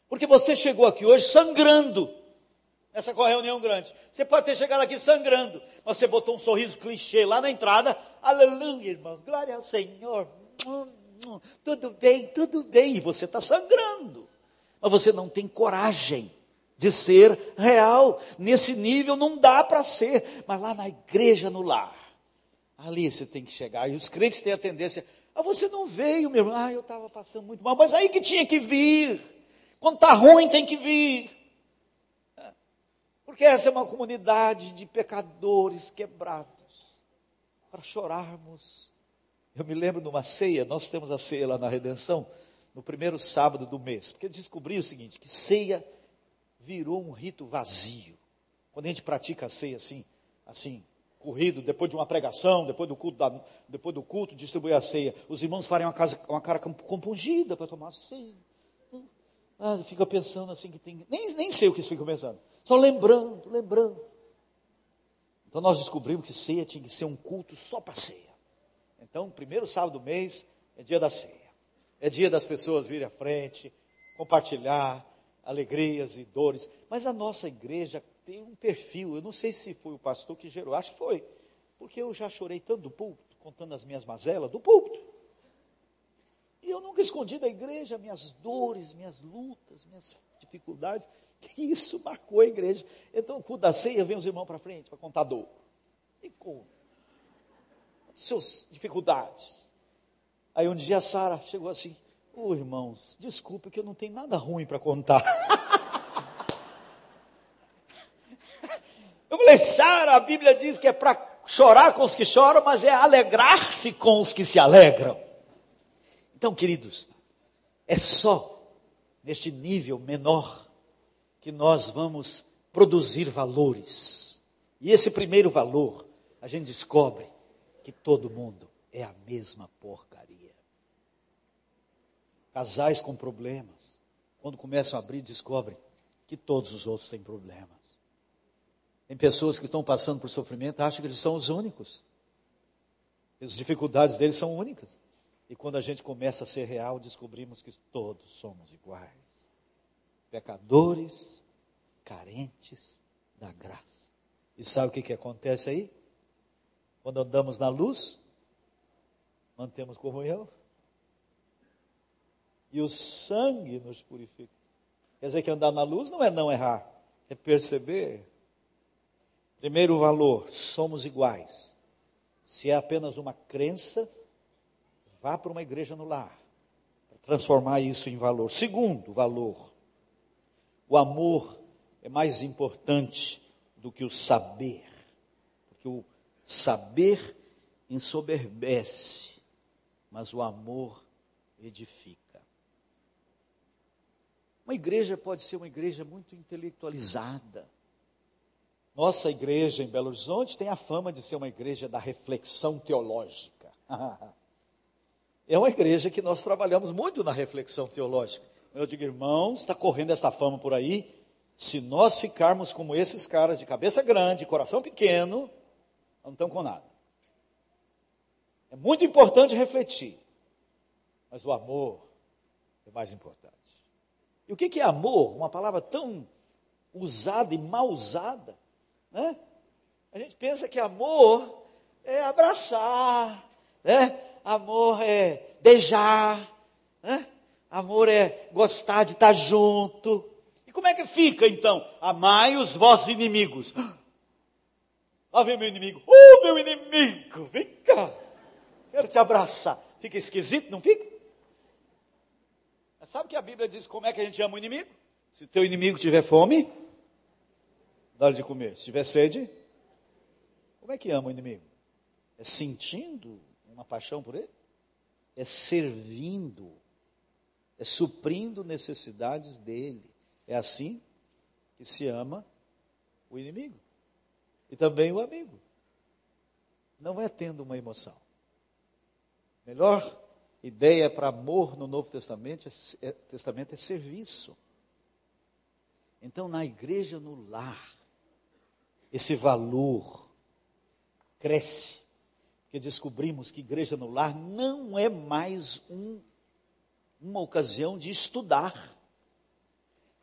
Porque você chegou aqui hoje sangrando, essa com a reunião grande. Você pode ter chegado aqui sangrando, mas você botou um sorriso clichê lá na entrada. Aleluia, irmãos, glória ao Senhor. Tudo bem, tudo bem. E você está sangrando, mas você não tem coragem de ser real. Nesse nível não dá para ser, mas lá na igreja, no lar, ali você tem que chegar. E os crentes têm a tendência, ah, você não veio, meu irmão. Ah, eu estava passando muito mal, mas aí que tinha que vir. Quando está ruim tem que vir. Porque essa é uma comunidade de pecadores quebrados, para chorarmos. Eu me lembro de uma ceia, nós temos a ceia lá na Redenção, no primeiro sábado do mês, porque descobri o seguinte, que ceia virou um rito vazio. Quando a gente pratica a ceia assim, assim, corrido, depois de uma pregação, depois do culto, da, depois do culto distribuir a ceia, os irmãos farem uma, casa, uma cara compungida para tomar a ceia. Ah, fica pensando assim que tem, nem, nem sei o que eles ficam pensando, só lembrando, lembrando. Então nós descobrimos que ceia tinha que ser um culto só para ceia. Então, primeiro sábado do mês é dia da ceia. É dia das pessoas virem à frente, compartilhar alegrias e dores. Mas a nossa igreja tem um perfil, eu não sei se foi o pastor que gerou, acho que foi. Porque eu já chorei tanto do púlpito, contando as minhas mazelas do púlpito. E eu nunca escondi da igreja minhas dores, minhas lutas, minhas dificuldades. E isso marcou a igreja. Então, o culto da ceia, vem os irmãos para frente para contar dor. E com suas dificuldades. Aí um dia a Sara chegou assim, ô oh, irmãos, desculpe que eu não tenho nada ruim para contar. Eu falei, Sara, a Bíblia diz que é para chorar com os que choram, mas é alegrar-se com os que se alegram. Então, queridos, é só neste nível menor que nós vamos produzir valores. E esse primeiro valor, a gente descobre que todo mundo é a mesma porcaria. Casais com problemas, quando começam a abrir, descobrem que todos os outros têm problemas. Tem pessoas que estão passando por sofrimento, acham que eles são os únicos. As dificuldades deles são únicas. E quando a gente começa a ser real, descobrimos que todos somos iguais. Pecadores, carentes da graça. E sabe o que, que acontece aí? Quando andamos na luz, mantemos comunhão. E o sangue nos purifica. Quer dizer que andar na luz não é não errar, é perceber. Primeiro valor, somos iguais. Se é apenas uma crença, vá para uma igreja no lar, para transformar isso em valor. Segundo valor, o amor é mais importante do que o saber, porque o saber ensoberbece, mas o amor edifica. Uma igreja pode ser uma igreja muito intelectualizada. Nossa igreja em Belo Horizonte tem a fama de ser uma igreja da reflexão teológica. É uma igreja que nós trabalhamos muito na reflexão teológica. Eu digo, irmãos, está correndo esta fama por aí. Se nós ficarmos como esses caras de cabeça grande, coração pequeno, não estamos com nada. É muito importante refletir, mas o amor é mais importante. E o que é amor? Uma palavra tão usada e mal usada, né? A gente pensa que amor é abraçar, né? Amor é beijar, né? Amor é gostar de estar junto. E como é que fica então? Amai os vossos inimigos. Lá vem meu inimigo. Oh, meu inimigo, vem cá. Quero te abraçar. Fica esquisito, não fica? Mas sabe que a Bíblia diz como é que a gente ama o inimigo? Se teu inimigo tiver fome, dá-lhe de comer. Se tiver sede, como é que ama o inimigo? É sentindo uma paixão por ele? É servindo, é suprindo necessidades dele. É assim que se ama o inimigo. E também o amigo. Não é tendo uma emoção. Melhor ideia para amor no Novo Testamento é, é, Testamento é serviço. Então, na igreja, no lar, esse valor cresce. Porque descobrimos que igreja no lar não é mais um, uma ocasião de estudar.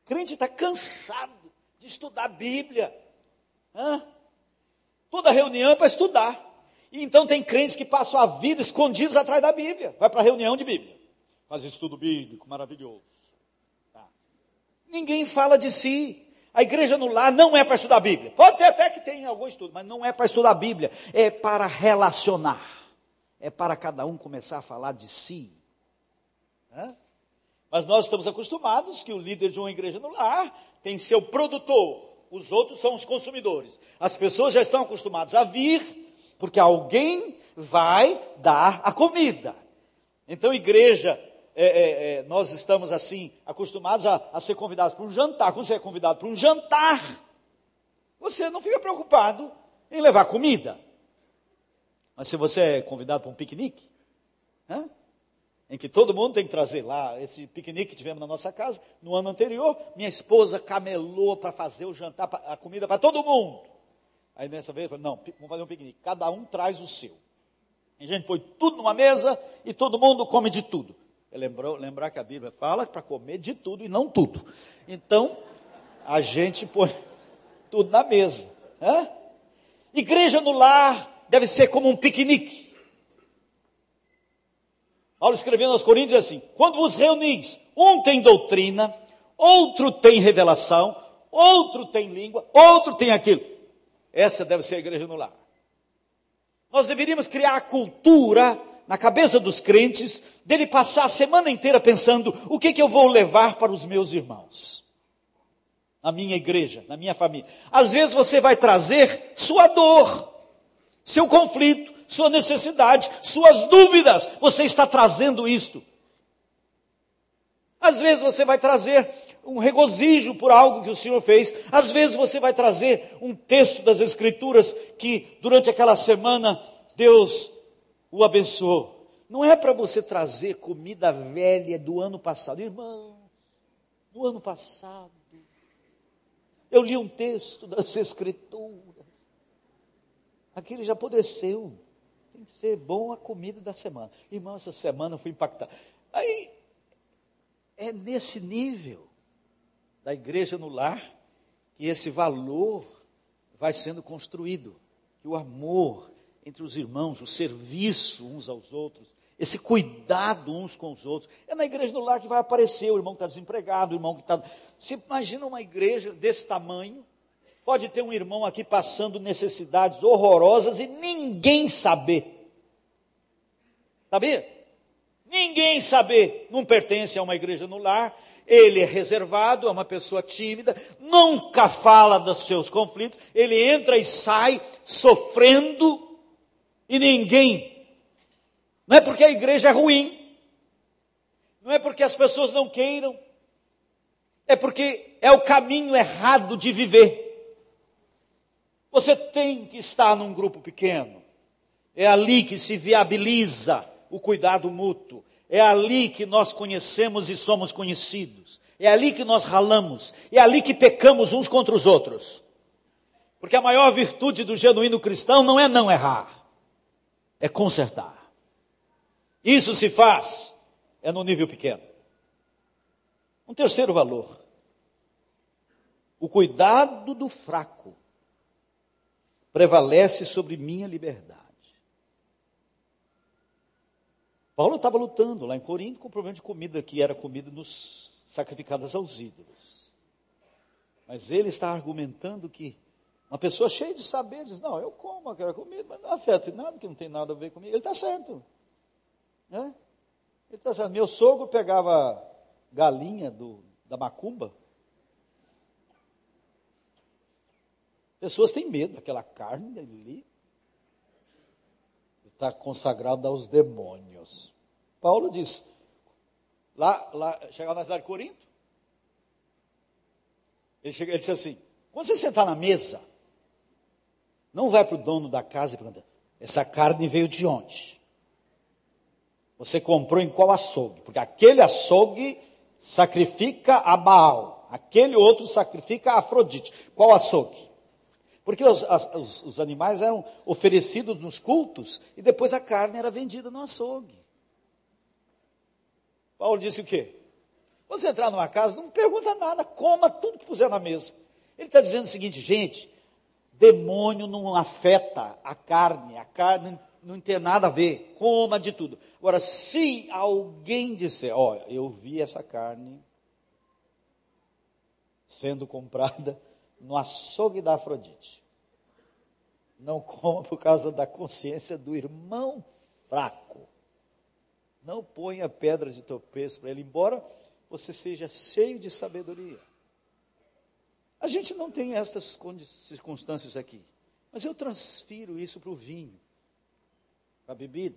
Crente está cansado de estudar a Bíblia. Hã? Toda reunião é para estudar. E então tem crentes que passam a vida escondidos atrás da Bíblia. Vai para a reunião de Bíblia. Faz estudo bíblico, maravilhoso. Tá. Ninguém fala de si. A igreja no lar não é para estudar a Bíblia. Pode ter até que tenha algum estudo, mas não é para estudar a Bíblia. É para relacionar. É para cada um começar a falar de si. Hã? Mas nós estamos acostumados que o líder de uma igreja no lar tem seu produtor. Os outros são os consumidores. As pessoas já estão acostumadas a vir, porque alguém vai dar a comida. Então, igreja, é, é, é, nós estamos assim, acostumados a, a ser convidados para um jantar. Quando você é convidado para um jantar, você não fica preocupado em levar comida. Mas se você é convidado para um piquenique, né, em que todo mundo tem que trazer lá, esse piquenique que tivemos na nossa casa, no ano anterior, minha esposa camelou para fazer o jantar, a comida para todo mundo. Aí nessa vez, eu falei, não, vamos fazer um piquenique, cada um traz o seu. A gente põe tudo numa mesa e todo mundo come de tudo. Lembrou, lembrar que a Bíblia fala para comer de tudo e não tudo. Então, a gente põe tudo na mesa. Né? Igreja no lar deve ser como um piquenique. Paulo escrevendo aos Coríntios assim, quando vos reunis, um tem doutrina, outro tem revelação, outro tem língua, outro tem aquilo. Essa deve ser a igreja no lar. Nós deveríamos criar a cultura na cabeça dos crentes, dele passar a semana inteira pensando, o que, que eu vou levar para os meus irmãos? Na minha igreja, na minha família. Às vezes você vai trazer sua dor, seu conflito, sua necessidade, suas dúvidas. Você está trazendo isto. Às vezes você vai trazer um regozijo por algo que o Senhor fez. Às vezes você vai trazer um texto das Escrituras que durante aquela semana Deus o abençoou. Não é para você trazer comida velha do ano passado. Irmão, no ano passado, eu li um texto das Escrituras. Aquele já apodreceu. Tem que ser bom a comida da semana. Irmão, essa semana eu fui impactado. Aí, é nesse nível da igreja no lar que esse valor vai sendo construído. Que o amor entre os irmãos, o serviço uns aos outros, esse cuidado uns com os outros. É na igreja no lar que vai aparecer o irmão que está desempregado, o irmão que está... Você imagina uma igreja desse tamanho, pode ter um irmão aqui passando necessidades horrorosas e ninguém saber. Sabia? Ninguém saber. Não pertence a uma igreja no lar. Ele é reservado, é uma pessoa tímida, nunca fala dos seus conflitos. Ele entra e sai sofrendo e ninguém. Não é porque a igreja é ruim. Não é porque as pessoas não queiram. É porque é o caminho errado de viver. Você tem que estar num grupo pequeno. É ali que se viabiliza o cuidado mútuo. É ali que nós conhecemos e somos conhecidos. É ali que nós ralamos. É ali que pecamos uns contra os outros. Porque a maior virtude do genuíno cristão não é não errar. É consertar. Isso se faz é no nível pequeno. Um terceiro valor. O cuidado do fraco prevalece sobre minha liberdade. Paulo estava lutando lá em Corinto com o problema de comida, que era comida nos, sacrificadas aos ídolos. Mas ele está argumentando que uma pessoa cheia de saber diz, não, eu como aquela comida, mas não afeta em nada, que não tem nada a ver comigo. Ele está certo. Né? Ele está certo. Meu sogro pegava galinha do, da macumba. Pessoas têm medo daquela carne ali. Está consagrado aos demônios. Paulo diz, lá, lá chegava na cidade de Corinto, ele, chega, ele disse assim, quando você sentar na mesa, não vai para o dono da casa e pergunta, essa carne veio de onde? Você comprou em qual açougue? Porque aquele açougue sacrifica a Baal, aquele outro sacrifica a Afrodite. Qual açougue? Porque os, os, os animais eram oferecidos nos cultos e depois a carne era vendida no açougue. Paulo disse o quê? Você entrar numa casa, não pergunta nada, coma tudo que puser na mesa. Ele está dizendo o seguinte, gente, demônio não afeta a carne, a carne não tem nada a ver, coma de tudo. Agora, se alguém disser, olha, eu vi essa carne sendo comprada no açougue da Afrodite, não coma por causa da consciência do irmão fraco. Não ponha pedra de tropeço para ele, embora você seja cheio de sabedoria. A gente não tem estas circunstâncias aqui, mas eu transfiro isso para o vinho, para a bebida.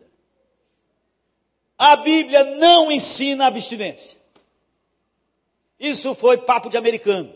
A Bíblia não ensina abstinência. Isso foi papo de americano.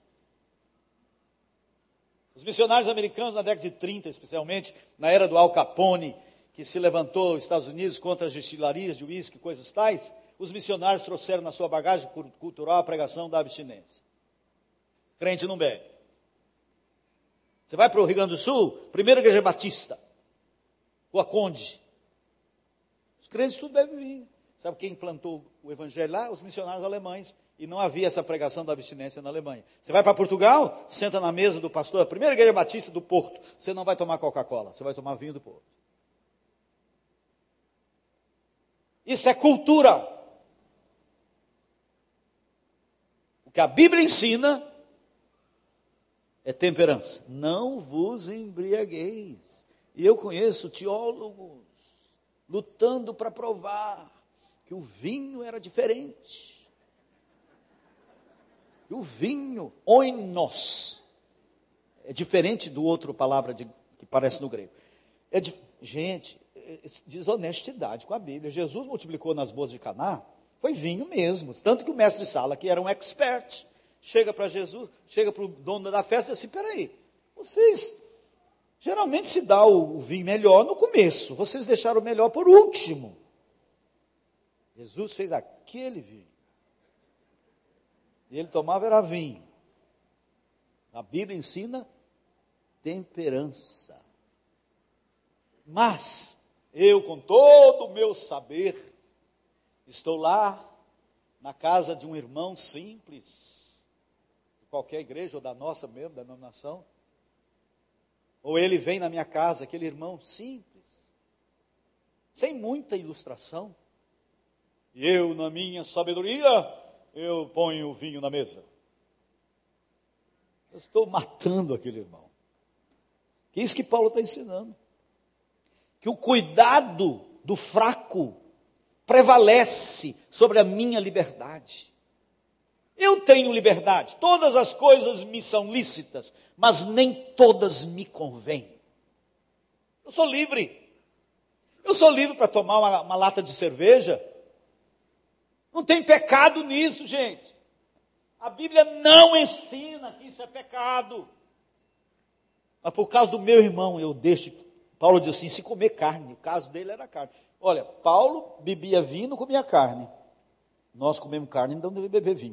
Os missionários americanos, na década de trinta, especialmente, na era do Al Capone, que se levantou nos Estados Unidos contra as destilarias de uísque e coisas tais, os missionários trouxeram na sua bagagem cultural a pregação da abstinência. Crente não bebe. Você vai para o Rio Grande do Sul, primeira igreja batista, Rua Conde. Os crentes tudo bebem vinho. Sabe quem implantou o evangelho lá? Os missionários alemães. E não havia essa pregação da abstinência na Alemanha. Você vai para Portugal, senta na mesa do pastor, a primeira igreja batista do Porto. Você não vai tomar Coca-Cola, você vai tomar vinho do Porto. Isso é cultura. O que a Bíblia ensina é temperança. Não vos embriagueis. E eu conheço teólogos lutando para provar que o vinho era diferente. E o vinho, oinos, é diferente do outro palavra de, que parece no grego. É de, gente, é desonestidade com a Bíblia. Jesus multiplicou nas bodas de Caná, foi vinho mesmo. Tanto que o mestre Sala, que era um expert, chega para Jesus, chega para o dono da festa e diz assim, peraí, vocês geralmente se dá o, o vinho melhor no começo, vocês deixaram o melhor por último. Jesus fez aquele vinho. E ele tomava era vinho. A Bíblia ensina temperança. Mas, eu com todo o meu saber, estou lá, na casa de um irmão simples, de qualquer igreja, ou da nossa mesmo, da denominação, ou ele vem na minha casa, aquele irmão simples, sem muita ilustração, e eu, na minha sabedoria, eu ponho o vinho na mesa. Eu estou matando aquele irmão. Que é isso que Paulo está ensinando. Que o cuidado do fraco prevalece sobre a minha liberdade. Eu tenho liberdade. Todas as coisas me são lícitas, mas nem todas me convêm. Eu sou livre. Eu sou livre para tomar uma, uma lata de cerveja. Não tem pecado nisso, gente. A Bíblia não ensina que isso é pecado. Mas por causa do meu irmão, eu deixo. Paulo diz assim, se comer carne. O caso dele era carne. Olha, Paulo bebia vinho e não comia carne. Nós comemos carne e não devemos beber vinho.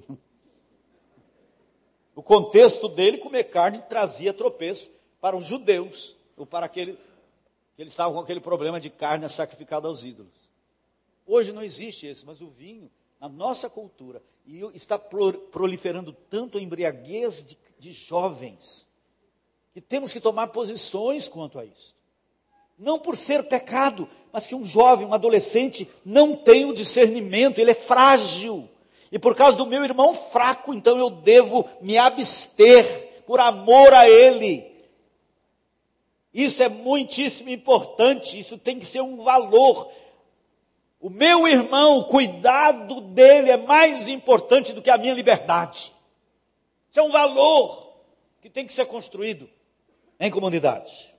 O contexto dele, comer carne, trazia tropeço para os judeus. Ou para aquele, que eles estavam com aquele problema de carne sacrificada aos ídolos. Hoje não existe isso, mas o vinho, na nossa cultura, e está proliferando tanto a embriaguez de, de jovens, que temos que tomar posições quanto a isso. Não por ser pecado, mas que um jovem, um adolescente, não tem o discernimento, ele é frágil. E por causa do meu irmão fraco, então eu devo me abster, por amor a ele. Isso é muitíssimo importante, isso tem que ser um valor. O meu irmão, o cuidado dele é mais importante do que a minha liberdade. Isso é um valor que tem que ser construído em comunidade.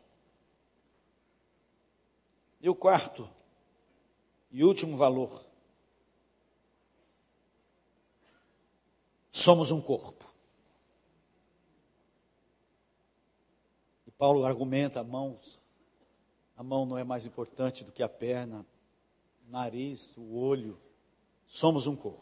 E o quarto e último valor. Somos um corpo. E Paulo argumenta, a mão, a mão não é mais importante do que a perna, o nariz, o olho. Somos um corpo.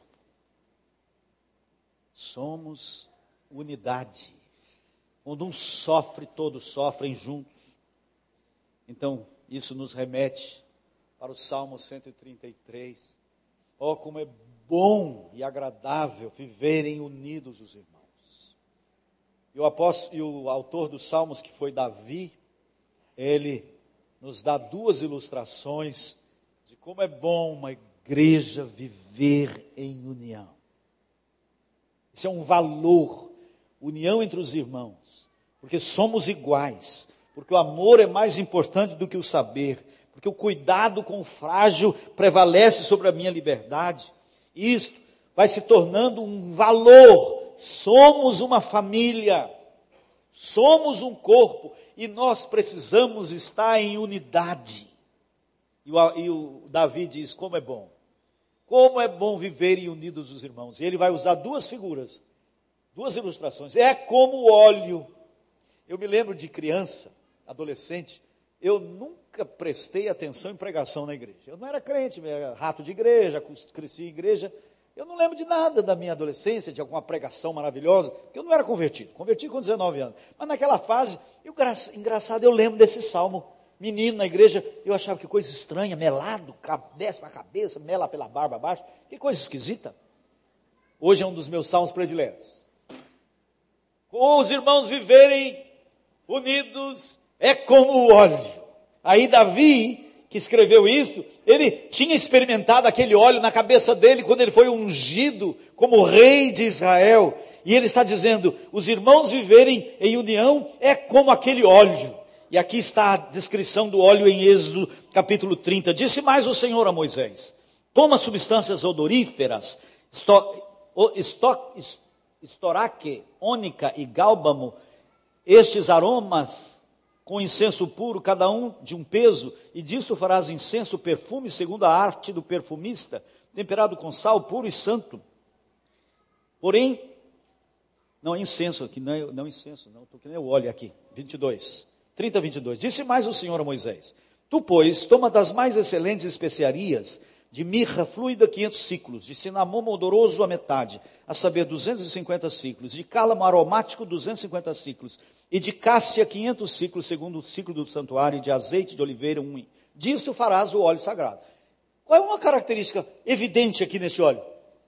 Somos unidade. Quando um sofre, todos sofrem juntos. Então, isso nos remete para o Salmo cento e trinta e três. Oh, como é bom e agradável viverem unidos os irmãos. E o apóstolo, e o autor dos Salmos, que foi Davi, ele nos dá duas ilustrações de como é bom uma igreja viver em união. Isso é um valor, união entre os irmãos, porque somos iguais, porque o amor é mais importante do que o saber, porque o cuidado com o frágil prevalece sobre a minha liberdade. Isto vai se tornando um valor. Somos uma família, somos um corpo, e nós precisamos estar em unidade. E o, e o Davi diz, como é bom, como é bom viverem unidos os irmãos. E ele vai usar duas figuras, duas ilustrações. É como o óleo. Eu me lembro de criança, adolescente, eu nunca prestei atenção em pregação na igreja. Eu não era crente, eu era rato de igreja, cresci em igreja. Eu não lembro de nada da minha adolescência, de alguma pregação maravilhosa, porque eu não era convertido. Converti com dezenove anos. Mas naquela fase, eu, engraçado, eu lembro desse salmo. Menino na igreja, eu achava que coisa estranha, melado, desce para a cabeça, mela pela barba abaixo. Que coisa esquisita. Hoje é um dos meus salmos prediletos. Com os irmãos viverem unidos é como o óleo. Aí Davi, que escreveu isso, ele tinha experimentado aquele óleo na cabeça dele quando ele foi ungido como rei de Israel. E ele está dizendo, os irmãos viverem em união é como aquele óleo. E aqui está a descrição do óleo em Êxodo capítulo trinta. Disse mais o Senhor a Moisés, toma substâncias odoríferas, esto, esto, estoraque, ônica e gálbamo, estes aromas com incenso puro, cada um de um peso, e disto farás incenso, perfume, segundo a arte do perfumista, temperado com sal puro e santo. Porém, não é incenso aqui, não é, não é incenso, não, estou que nem o óleo aqui, vinte e dois, trinta, vinte e dois. Disse mais o Senhor a Moisés, tu, pois, toma das mais excelentes especiarias, de mirra fluida quinhentos ciclos, de cinamomo odoroso a metade, a saber duzentos e cinquenta ciclos, de cálamo aromático duzentos e cinquenta ciclos, e de cássia quinhentos ciclos, segundo o ciclo do santuário, e de azeite de oliveira um. Disto farás o óleo sagrado. Qual é uma característica evidente aqui nesse óleo?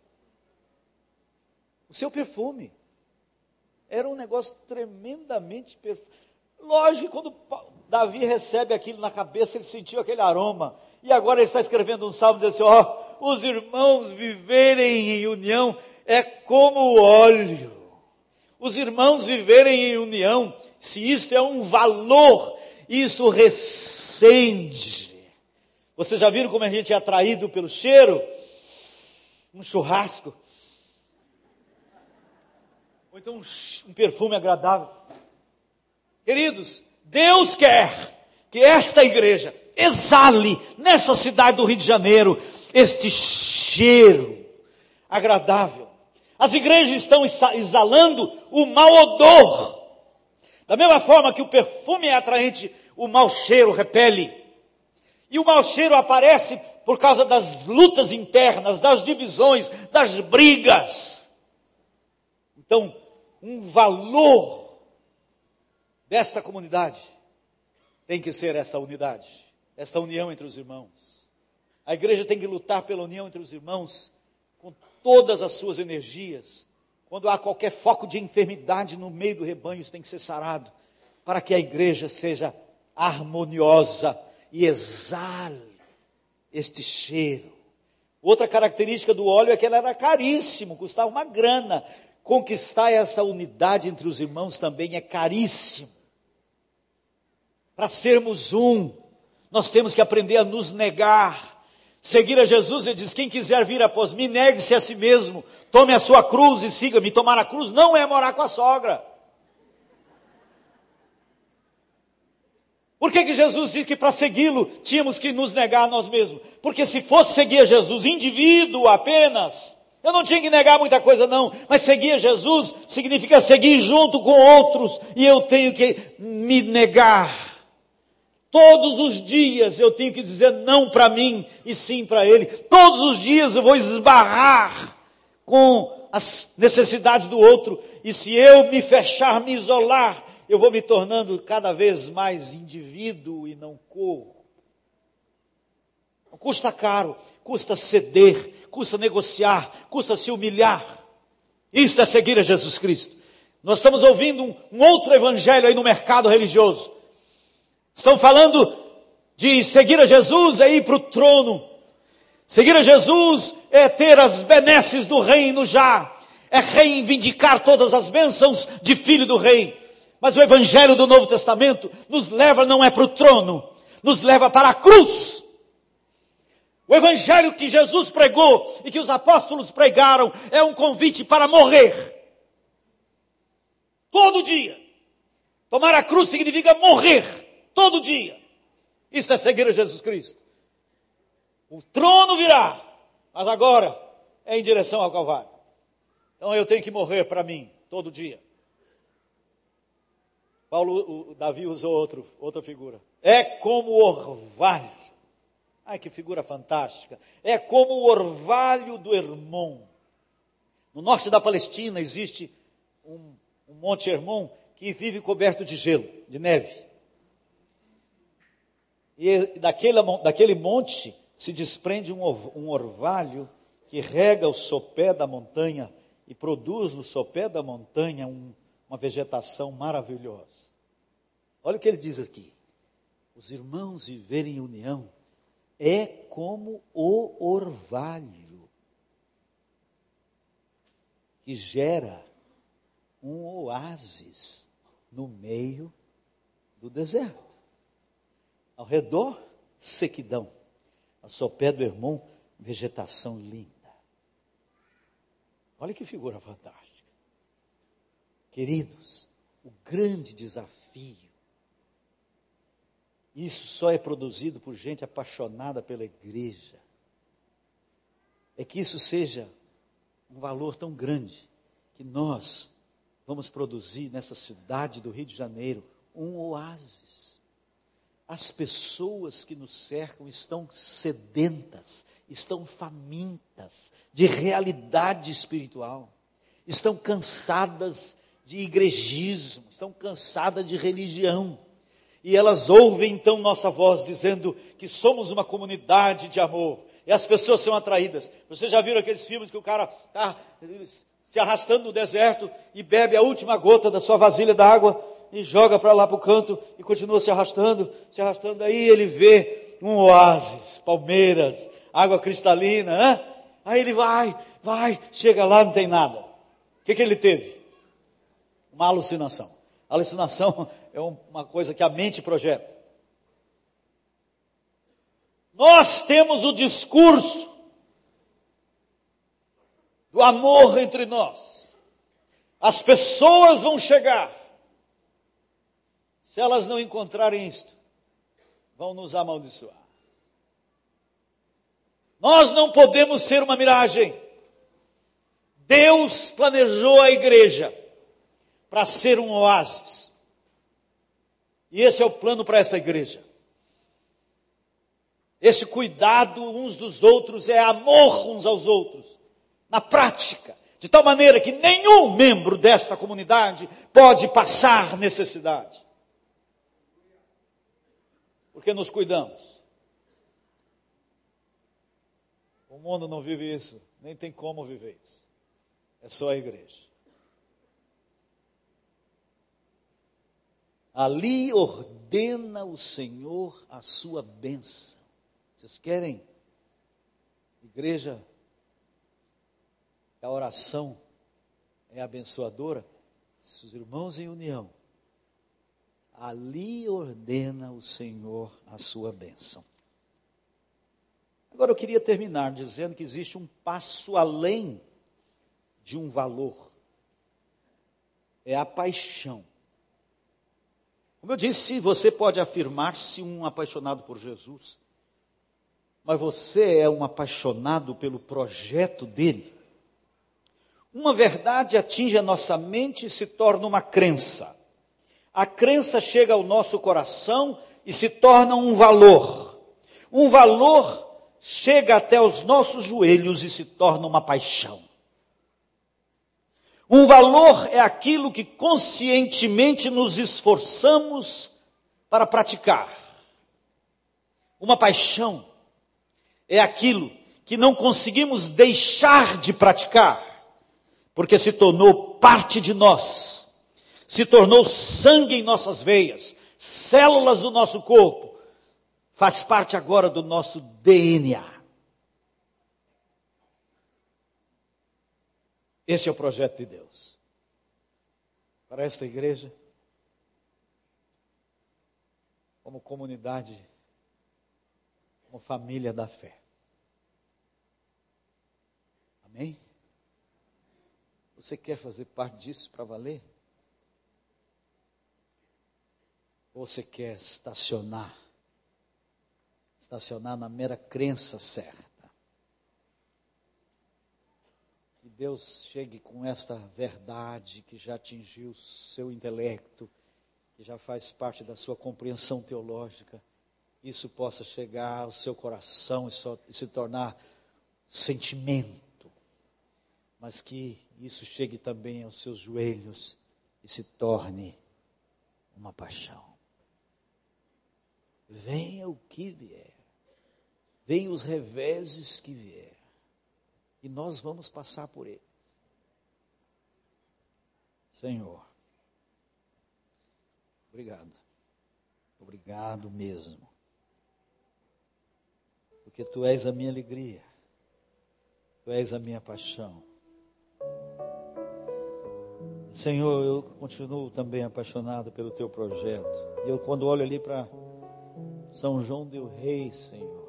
O seu perfume. Era um negócio tremendamente perfume. Lógico que quando Davi recebe aquilo na cabeça, ele sentiu aquele aroma. E agora ele está escrevendo um salmo, dizendo assim, ó, os irmãos viverem em união é como o óleo. Os irmãos viverem em união, se isto é um valor, isso recende. Vocês já viram como a gente é atraído pelo cheiro? Um churrasco. Ou então um, um perfume agradável. Queridos, Deus quer que esta igreja exale nessa cidade do Rio de Janeiro este cheiro agradável. As igrejas estão exalando o mau odor. Da mesma forma que o perfume é atraente, o mau cheiro repele. E o mau cheiro aparece por causa das lutas internas, das divisões, das brigas. Então, um valor desta comunidade tem que ser esta unidade, esta união entre os irmãos. A igreja tem que lutar pela união entre os irmãos com todas as suas energias. Quando há qualquer foco de enfermidade no meio do rebanho, isso tem que ser sarado, para que a igreja seja harmoniosa e exale este cheiro. Outra característica do óleo é que ele era caríssimo, custava uma grana. Conquistar essa unidade entre os irmãos também é caríssimo. Para sermos um, nós temos que aprender a nos negar. Seguir a Jesus, ele diz, quem quiser vir após mim, negue-se a si mesmo, tome a sua cruz e siga-me. Tomar a cruz não é morar com a sogra. Por que que Jesus disse que para segui-lo tínhamos que nos negar a nós mesmos? Porque se fosse seguir a Jesus, indivíduo apenas, eu não tinha que negar muita coisa não, mas seguir a Jesus significa seguir junto com outros, e eu tenho que me negar. Todos os dias eu tenho que dizer não para mim e sim para Ele. Todos os dias eu vou esbarrar com as necessidades do outro. E se eu me fechar, me isolar, eu vou me tornando cada vez mais indivíduo e não corpo. Custa caro, custa ceder, custa negociar, custa se humilhar. Isto é seguir a Jesus Cristo. Nós estamos ouvindo um, um outro evangelho aí no mercado religioso. Estão falando de seguir a Jesus é ir para o trono. Seguir a Jesus é ter as benesses do reino já. É reivindicar todas as bênçãos de filho do rei. Mas o evangelho do Novo Testamento nos leva não é para o trono, nos leva para a cruz. O evangelho que Jesus pregou e que os apóstolos pregaram é um convite para morrer. Todo dia. Tomar a cruz significa morrer. Todo dia. Isso é seguir a Jesus Cristo. O trono virá, mas agora é em direção ao Calvário. Então eu tenho que morrer para mim, todo dia. Paulo, o Davi usou outro, outra figura. É como o orvalho. Ai, que figura fantástica. É como o orvalho do Hermon. No norte da Palestina existe um, um monte Hermon que vive coberto de gelo, de neve. E daquele, daquele monte se desprende um, um orvalho que rega o sopé da montanha e produz no sopé da montanha um, uma vegetação maravilhosa. Olha o que ele diz aqui. Os irmãos viverem em união é como o orvalho que gera um oásis no meio do deserto. Ao redor, sequidão. Ao sopé do Hermon, vegetação linda. Olha que figura fantástica. Queridos, o grande desafio, isso só é produzido por gente apaixonada pela igreja, é que isso seja um valor tão grande, que nós vamos produzir nessa cidade do Rio de Janeiro um oásis. As pessoas que nos cercam estão sedentas, estão famintas de realidade espiritual, estão cansadas de igrejismo, estão cansadas de religião, e elas ouvem então nossa voz dizendo que somos uma comunidade de amor, e as pessoas são atraídas. Vocês já viram aqueles filmes que o cara está se arrastando no deserto e bebe a última gota da sua vasilha d'água e joga para lá para o canto e continua se arrastando, se arrastando, aí ele vê um oásis, palmeiras, água cristalina, né? Aí ele vai, vai, chega lá, não tem nada. O que que ele teve? Uma alucinação. A alucinação é uma coisa que a mente projeta. Nós temos o discurso do amor entre nós. As pessoas vão chegar. Se elas não encontrarem isto, vão nos amaldiçoar. Nós não podemos ser uma miragem. Deus planejou a igreja para ser um oásis. E esse é o plano para esta igreja. Esse cuidado uns dos outros é amor uns aos outros, na prática, de tal maneira que nenhum membro desta comunidade pode passar necessidade. Porque nos cuidamos. O mundo não vive isso, nem tem como viver isso. É só a igreja. Ali ordena o Senhor a sua bênção. Vocês querem, igreja, a oração é abençoadora? Se os irmãos em união, ali ordena o Senhor a sua bênção. Agora eu queria terminar dizendo que existe um passo além de um valor. É a paixão. Como eu disse, você pode afirmar-se um apaixonado por Jesus, mas você é um apaixonado pelo projeto dele. Uma verdade atinge a nossa mente e se torna uma crença. A crença chega ao nosso coração e se torna um valor. Um valor chega até os nossos joelhos e se torna uma paixão. Um valor é aquilo que conscientemente nos esforçamos para praticar. Uma paixão é aquilo que não conseguimos deixar de praticar, porque se tornou parte de nós, se tornou sangue em nossas veias, células do nosso corpo, faz parte agora do nosso D N A. Este é o projeto de Deus para esta igreja, como comunidade, como família da fé. Amém? Você quer fazer parte disso para valer? Ou você quer estacionar? Estacionar na mera crença certa? Que Deus chegue com esta verdade que já atingiu o seu intelecto, que já faz parte da sua compreensão teológica, isso possa chegar ao seu coração e, só, e se tornar sentimento, mas que isso chegue também aos seus joelhos e se torne uma paixão. Venha o que vier, venha os reveses que vier, e nós vamos passar por eles. Senhor, obrigado, obrigado mesmo, porque Tu és a minha alegria, Tu és a minha paixão. Senhor, eu continuo também apaixonado pelo Teu projeto, e eu quando olho ali para São João del Rei, Senhor,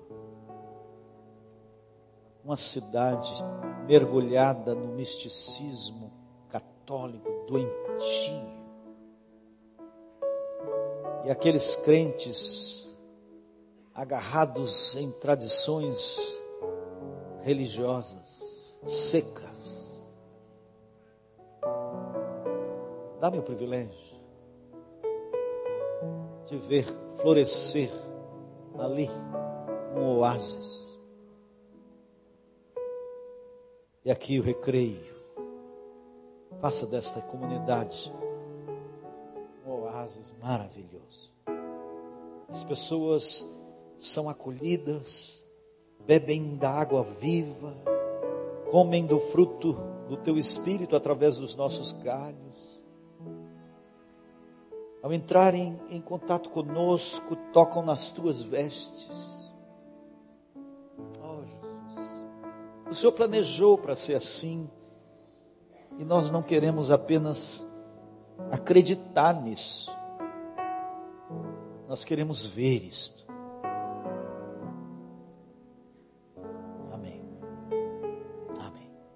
uma cidade mergulhada no misticismo católico doentio, e aqueles crentes agarrados em tradições religiosas secas. Dá-me o privilégio de ver florescer ali um oásis. E aqui o Recreio. Faça desta comunidade um oásis maravilhoso. As pessoas são acolhidas, bebem da água viva, comem do fruto do Teu Espírito através dos nossos galhos. Ao entrarem em contato conosco, tocam nas Tuas vestes. Oh, Jesus, o Senhor planejou para ser assim, e nós não queremos apenas acreditar nisso, nós queremos ver isto.